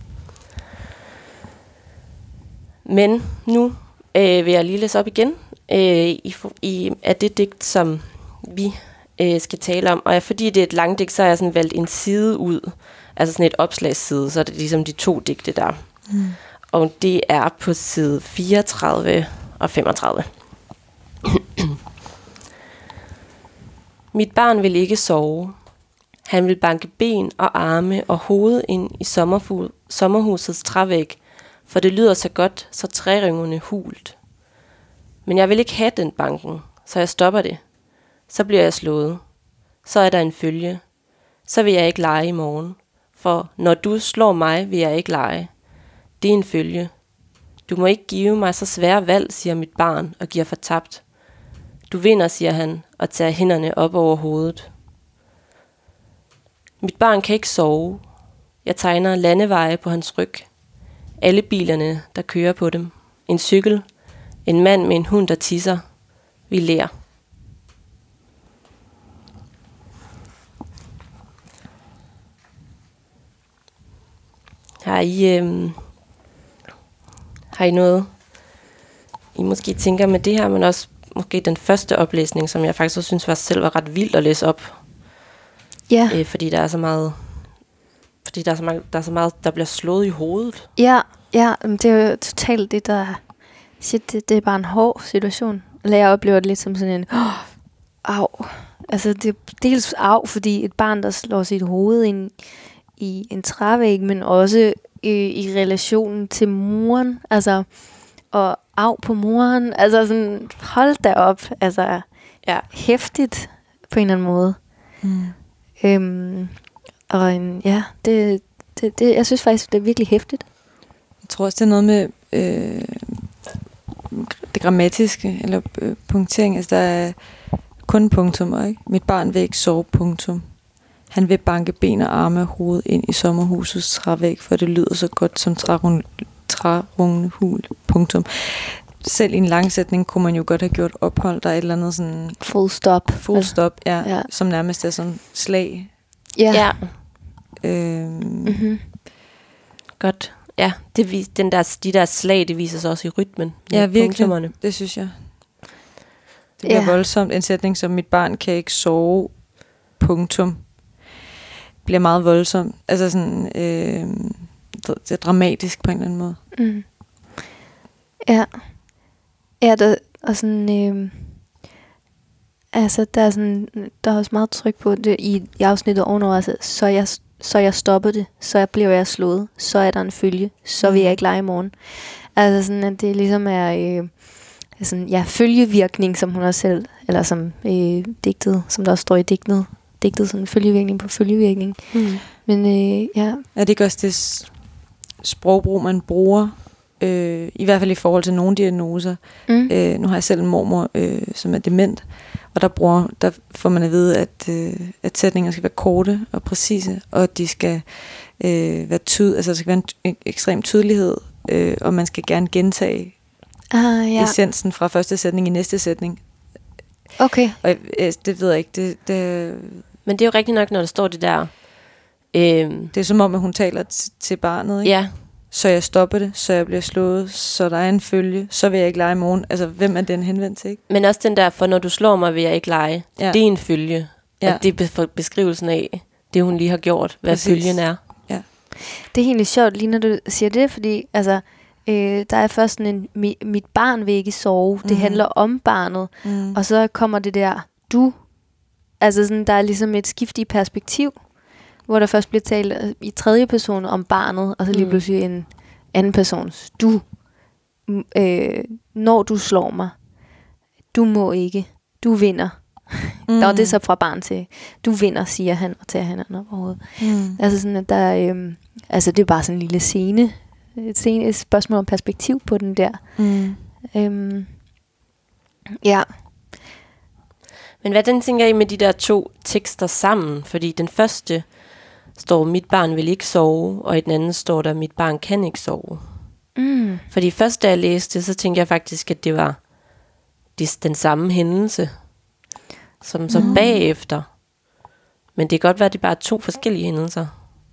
Men nu øh, vil jeg lige læse op igen øh, i, i, af det digt, som vi øh, skal tale om. Og fordi det er et langt digt, så har jeg sådan valgt en side ud, altså sådan et opslagsside, så er det ligesom de to digte der. Mm. Og det er på side fireogtredive og femogtredive. Mit barn vil ikke sove. Han vil banke ben og arme og hoved ind i sommerfu- sommerhusets trævæg, for det lyder så godt, så træringerne hult. Men jeg vil ikke have den banken, så jeg stopper det. Så bliver jeg slået. Så er der en følge. Så vil jeg ikke lege i morgen. For når du slår mig, vil jeg ikke lege. Det er en følge. Du må ikke give mig så svære valg, siger mit barn og giver fortabt. Du vinder, siger han og tager hænderne op over hovedet. Mit barn kan ikke sove. Jeg tegner landeveje på hans ryg. Alle bilerne, der kører på dem. En cykel. En mand med en hund, der tisser. Vi ler. Har I, øhm, har I noget, I måske tænker med det her, men også måske den første oplæsning, som jeg faktisk også synes var selv var ret vildt at læse op. Ja. Øh, fordi der er så meget, fordi der er så meget, der er så meget, der bliver slået i hovedet. Ja, ja, men det er jo totalt det, der... Shit, det, det er bare en hård situation. Eller jeg oplever det lidt som sådan en... Oh, au. Altså, det er dels af, fordi et barn, der slår sit hoved ind i en trævæg, men også i, i relationen til moren. Altså, og af på moren. Altså, sådan, hold da op. Altså, Ja. hæftigt på en eller anden måde. Mm. Øhm, og en, ja, det, det, det, jeg synes faktisk, det er virkelig hæftigt. Jeg tror også, det er noget med øh, det grammatiske, eller øh, punktering. Altså, der er kun punktum, ikke? Mit barn vil ikke sove, punktum. Han vil banke ben og arme og hoved ind i sommerhusets trævæg, for det lyder så godt som trærungende hul, punktum. Selv i en lang sætning kunne man jo godt have gjort ophold. Der er et eller andet sådan... Full stop. Full stop, ja, Ja. som nærmest er sådan slag. Ja. Ja. Øhm, Mm-hmm. Godt. Ja, det vis, den der, de der slag, det viser sig også i rytmen. Ja, virkelig. Punktummerne. Det synes jeg. Det bliver Ja. voldsomt. En sætning som mit barn kan ikke sove, punktum, bliver meget voldsomt. Altså sådan, øh, det er dramatisk på en eller anden måde. Mm. Ja. Ja, der, og sådan... Øh, altså, der er sådan... Der er også meget tryk på det i, i afsnittet ovenover. Altså, så jeg... Så jeg stopper det, så bliver jeg slået, så er der en følge, så vil jeg ikke lege i morgen. Altså sådan, at det ligesom er øh, sådan, ja, følgevirkning, som hun også selv, eller som øh, digtet, som der også står i digtet, digtet sådan følgevirkning på følgevirkning. Mm. Men øh, ja. Er det ikke også det s- sprogbrug, man bruger, øh, i hvert fald i forhold til nogle diagnoser? Mm. Øh, nu har jeg selv en mormor, øh, som er dement, og der, bruger, der får man at vide, at, øh, at sætninger skal være korte og præcise, og at de skal øh, være tyd, altså der skal være en, en ekstrem tydelighed, øh, og man skal gerne gentage Ah, ja. essensen fra første sætning i næste sætning. Okay. Og øh, det ved jeg ikke, det, det, Men det er jo rigtigt nok, når der står det der. Øhm, det er som om, at hun taler t- til barnet, ikke? ja, Så jeg stopper det, så jeg bliver slået, så der er en følge, så vil jeg ikke lege i morgen. Altså, hvem er den henvendt til, ikke? men også den der, for når du slår mig, vil jeg ikke lege. Ja. Det er en følge. Ja. At det er be- for beskrivelsen af det, hun lige har gjort, hvad Præcis. følgen er. Det er egentlig sjovt, lige når du siger det, fordi altså, øh, der er først sådan en, mi, mit barn vil ikke sove, det Mhm. handler om barnet, Mm. og så kommer det der, du, altså sådan, der er ligesom et skift i perspektiv, hvor der først bliver talt øh, i tredje person om barnet, og så lige Mm. pludselig en anden persons, du, M- øh, når du slår mig, du må ikke, du vinder. Mm. Og det er så fra barn til, du vinder, siger han, og tager hænderne op over hovedet. Mm. Altså sådan, at der, øhm, altså det er bare sådan en lille scene, et, scene, et spørgsmål om perspektiv på den der. Mm. Øhm, ja. Men hvad den tænker I med de der to tekster sammen? Fordi den første står, mit barn vil ikke sove, og i den anden står der, mit barn kan ikke sove. Mm. Fordi først da jeg læste, så tænkte jeg faktisk, at det var den samme hændelse, som så Nå. bagefter. Men det kan godt være, at det bare er to forskellige hændelser.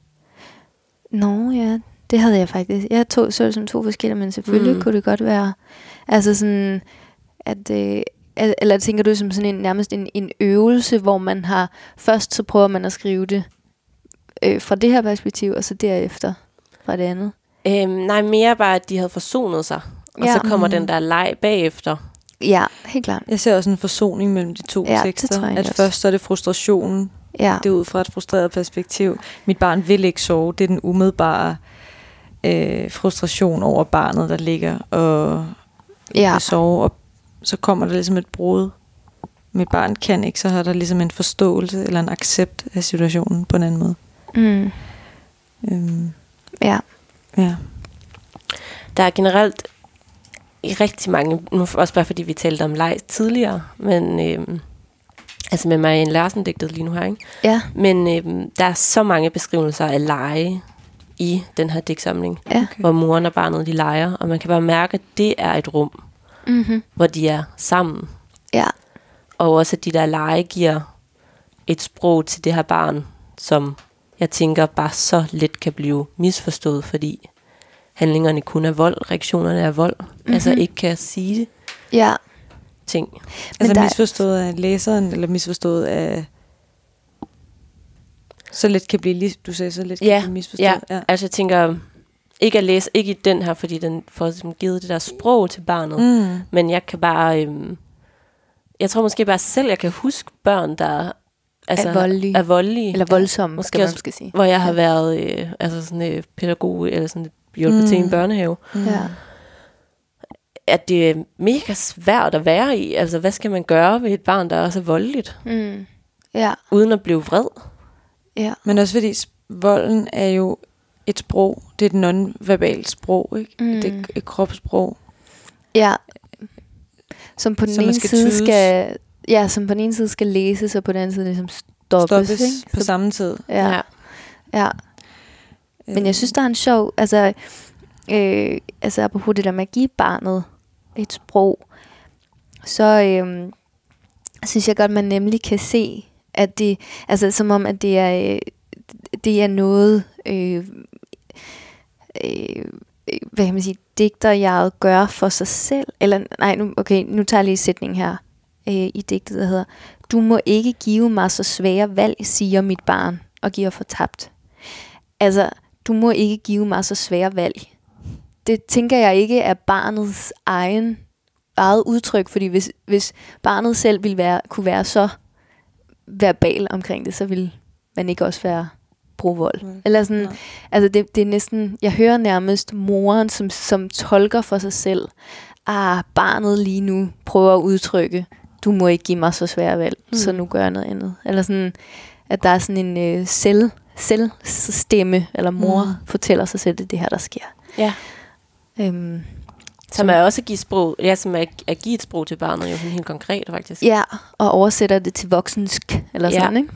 Nå ja, det havde jeg faktisk. Jeg tog så det som to forskellige, men selvfølgelig Mm. kunne det godt være, altså sådan, at, øh, at eller tænker du som sådan en, nærmest en, en øvelse, hvor man har, først så prøver man at skrive det øh, fra det her perspektiv, og så derefter fra det andet. Øhm, nej, mere bare, at de havde forsonet sig. Og Ja. så kommer Mm. den der leg bagefter. Ja, helt klart. Jeg ser også en forsoning mellem de to Ja, tekster. at også. Først så er det frustrationen. Ja. Det er ud fra et frustreret perspektiv. Mit barn vil ikke sove. Det er den umiddelbare øh, frustration over barnet, der ligger og ja. vil sove. Og så kommer der ligesom et brud. Mit barn kan ikke, så har der ligesom en forståelse eller en accept af situationen på en anden måde. Mm. Øhm. Ja. Ja. Der er generelt i rigtig mange, nu også bare fordi vi talte om leg tidligere, men øhm, altså med Marianne Larsen digtet lige nu her, ikke? Ja. Men øhm, der er så mange beskrivelser af lege i den her digtsamling, Ja. okay. hvor moren og barnet de leger, og man kan bare mærke, at det er et rum, Mm-hmm. hvor de er sammen. Ja. Og også at de der lege giver et sprog til det her barn, som jeg tænker bare så let kan blive misforstået, fordi handlingerne kun er vold, reaktionerne er vold, mm-hmm. altså ikke kan sige det. Ja. Ting. Altså der misforstået af læseren, eller misforstået af... Så let kan blive, du sagde, så let kan Ja, blive misforstået. ja. ja, altså jeg tænker, ikke at læse, ikke i den her, fordi den får givet det der sprog til barnet, Mm. men jeg kan bare, øhm, jeg tror måske bare selv, jeg kan huske børn, der altså, er voldelige. er voldelige. Eller voldsomme, Måske skal man også, måske sige. hvor jeg har været øh, altså sådan en øh, pædagog, eller sådan hjulpet mm. til en børnehave. Mm. Ja. At det er mega svært at være i. Altså, hvad skal man gøre ved et barn, der er så voldeligt? Mm. Ja. Uden at blive vred. Ja. Men også fordi volden er jo et sprog. Det er et non-verbalt sprog, ikke? Mm. Det er et kropssprog. Ja. Som på den Som ene skal side tydes. skal... Ja, som på den ene side skal læses, og på den anden side ligesom stoppes. Stoppes ikke? på Så- samme tid. Ja. Ja. ja. Men jeg synes, der er en sjov... Altså, øh, altså apropos det der med at give barnet et sprog, så øh, synes jeg godt, man nemlig kan se, at det... Altså, som om, at det er, øh, det er noget... Øh, øh, hvad kan man sige, digterjeget gør for sig selv. Eller, nej, nu, okay, nu tager jeg lige sætningen her øh, i digtet, der hedder: Du må ikke give mig så svære valg, siger mit barn, og giver fortabt. Altså, du må ikke give mig så svære valg. Det tænker jeg ikke er barnets egen, eget udtryk, fordi hvis, hvis barnet selv ville være, kunne være så verbal omkring det, så ville man ikke også være bruge vold. Mm. Eller sådan, Nej. altså det, det er næsten, jeg hører nærmest moren, som, som tolker for sig selv, ah, barnet lige nu prøver at udtrykke, du må ikke give mig så svære valg, mm. så nu gør jeg noget andet. Eller sådan, at der er sådan en øh, selv, selvstemme, eller mor mm. fortæller sig selv, det er det her, der sker. Ja. Øhm, Som er også at give sprog, ja, som er at give et sprog til barnet, jo sådan helt konkret faktisk. ja, og oversætter det til voksensk, eller Ja. sådan, ikke?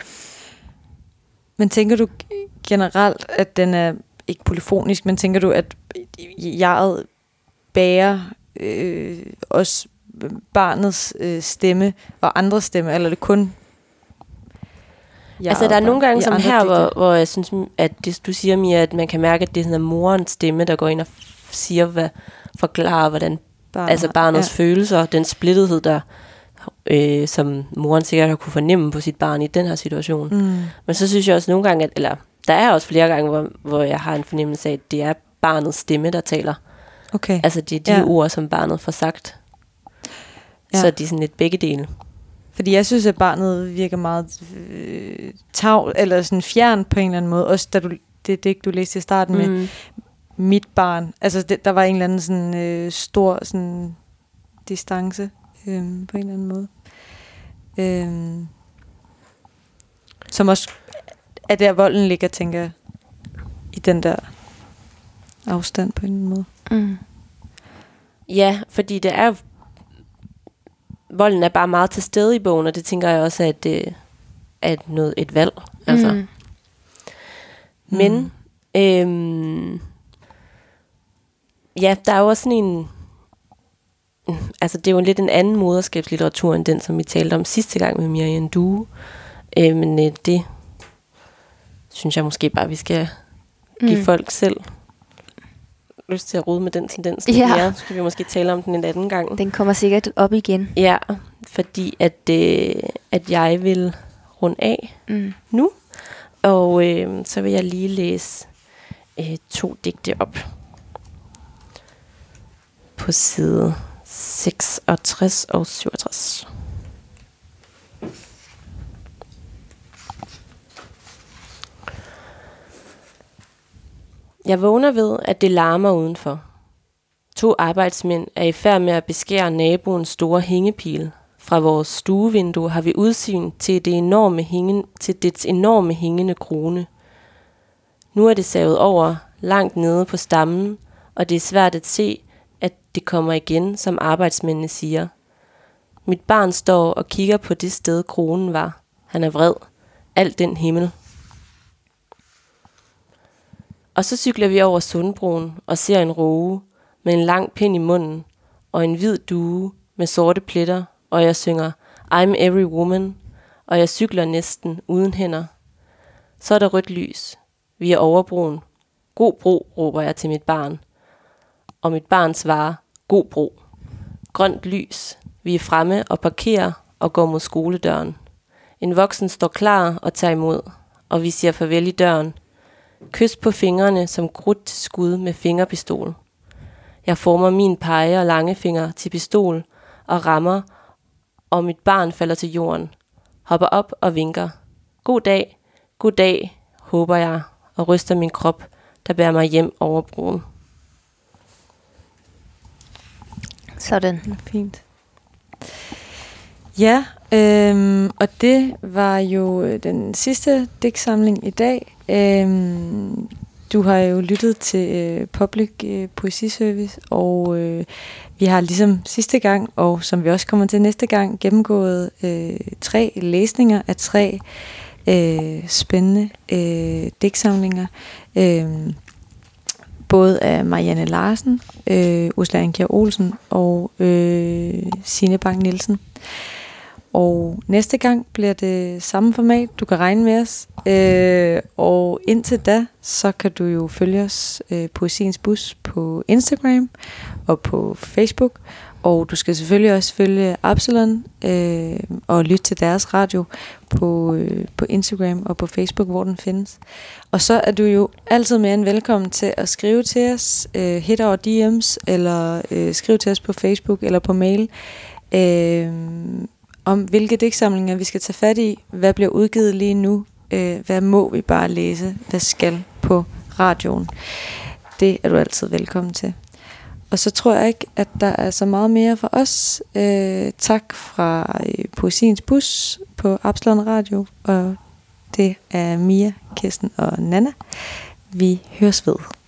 Men tænker du generelt, at den er ikke polyfonisk, men tænker du, at jeget bærer øh, også barnets øh, stemme og andres stemme, eller er det kun jeget Altså der er barn nogle gange i som andre her, digte? hvor, hvor jeg synes, at det, du siger, Mia, at man kan mærke, at det er sådan en morens stemme, der går ind og f- siger, hvad, forklarer, hvordan Barnet altså har- barnets ja. følelser, den splittethed, der, øh, som moren sikkert har kunne fornemme på sit barn i den her situation. Mm. Men så synes jeg også nogle gange, at, eller der er også flere gange, hvor, hvor jeg har en fornemmelse af, at det er barnets stemme, der taler. Okay. Altså det er de Ja. ord, som barnet får sagt. Ja. Så de er sådan lidt begge dele. Fordi jeg synes, at barnet virker meget øh, tav, eller sådan fjern på en eller anden måde. Også da du, det det du læste i starten med Mm. mit barn. Altså det, der var en eller anden sådan øh, stor sådan distance øh, på en eller anden måde. Øh, som også er der volden ligger, tænker jeg, i den der afstand på en eller anden måde. Mm. Ja, fordi det er volden er bare meget til stede i bogen, og det tænker jeg også, at det er noget, et valg. Altså. Mm. Men, øhm, ja, der er jo også sådan en, altså det er jo lidt en anden moderskabslitteratur, end den, som vi talte om sidste gang med Miriam Due. Øh, men øh, det synes jeg måske bare, vi skal give Mm. folk selv lyst til at rode med den tendens. lidt Ja. mere. Så skal vi måske tale om den en anden gang. Den kommer sikkert op igen. Ja, fordi at, øh, at jeg vil runde af Mm. nu. Og øh, så vil jeg lige læse øh, to digte op. På side seksogtres og syvogtres. Jeg vågner ved, at det larmer udenfor. To arbejdsmænd er i færd med at beskære naboens store hængepil. Fra vores stuevindue har vi udsyn til, det enorme hængen, til dets enorme hængende krone. Nu er det savet over, langt nede på stammen, og det er svært at se, at det kommer igen, som arbejdsmændene siger. Mit barn står og kigger på det sted, kronen var. Han er vred. Alt den himmel. Og så cykler vi over Sundbroen og ser en råge med en lang pind i munden og en hvid due med sorte pletter, og jeg synger I'm every woman, og jeg cykler næsten uden hænder. Så er der rødt lys. Vi er over broen. God bro, råber jeg til mit barn. Og mit barn svarer, god bro. Grønt lys. Vi er fremme og parkerer og går mod skoledøren. En voksen står klar og tager imod, og vi siger farvel i døren. Kys på fingrene som krudt til skud med fingerpistol. Jeg former min pege og lange finger til pistol og rammer, og mit barn falder til jorden. Hopper op og vinker. God dag, god dag, håber jeg, og ryster min krop, der bærer mig hjem over broen. Sådan. Fint. Ja, øhm, og det var jo den sidste digtsamling i dag. Øhm, du har jo lyttet til øh, Public øh, Poesiservice, og øh, vi har ligesom sidste gang, og som vi også kommer til næste gang, gennemgået øh, tre læsninger af tre øh, spændende øh, digtsamlinger. Øh, både af Marianne Larsen, øh, Ursula Andkjær Olsen og øh, Signe Bang Nielsen. Og næste gang bliver det samme format. Du kan regne med os. Øh, og indtil da, så kan du jo følge os øh, Poesiens Bus på Instagram og på Facebook. Og du skal selvfølgelig også følge Absalon øh, og lytte til deres radio på, øh, på Instagram og på Facebook, hvor den findes. Og så er du jo altid mere end velkommen til at skrive til os, øh, hit over D M's, eller øh, skrive til os på Facebook eller på mail, øh, om hvilke digtsamlinger vi skal tage fat i, hvad bliver udgivet lige nu, øh, hvad må vi bare læse, hvad skal på radioen. Det er du altid velkommen til. Og så tror jeg ikke, at der er så meget mere for os. Øh, tak fra øh, Poesiens Bus på Absalon Radio, og det er Mia, Kirsten og Nana. Vi høres ved.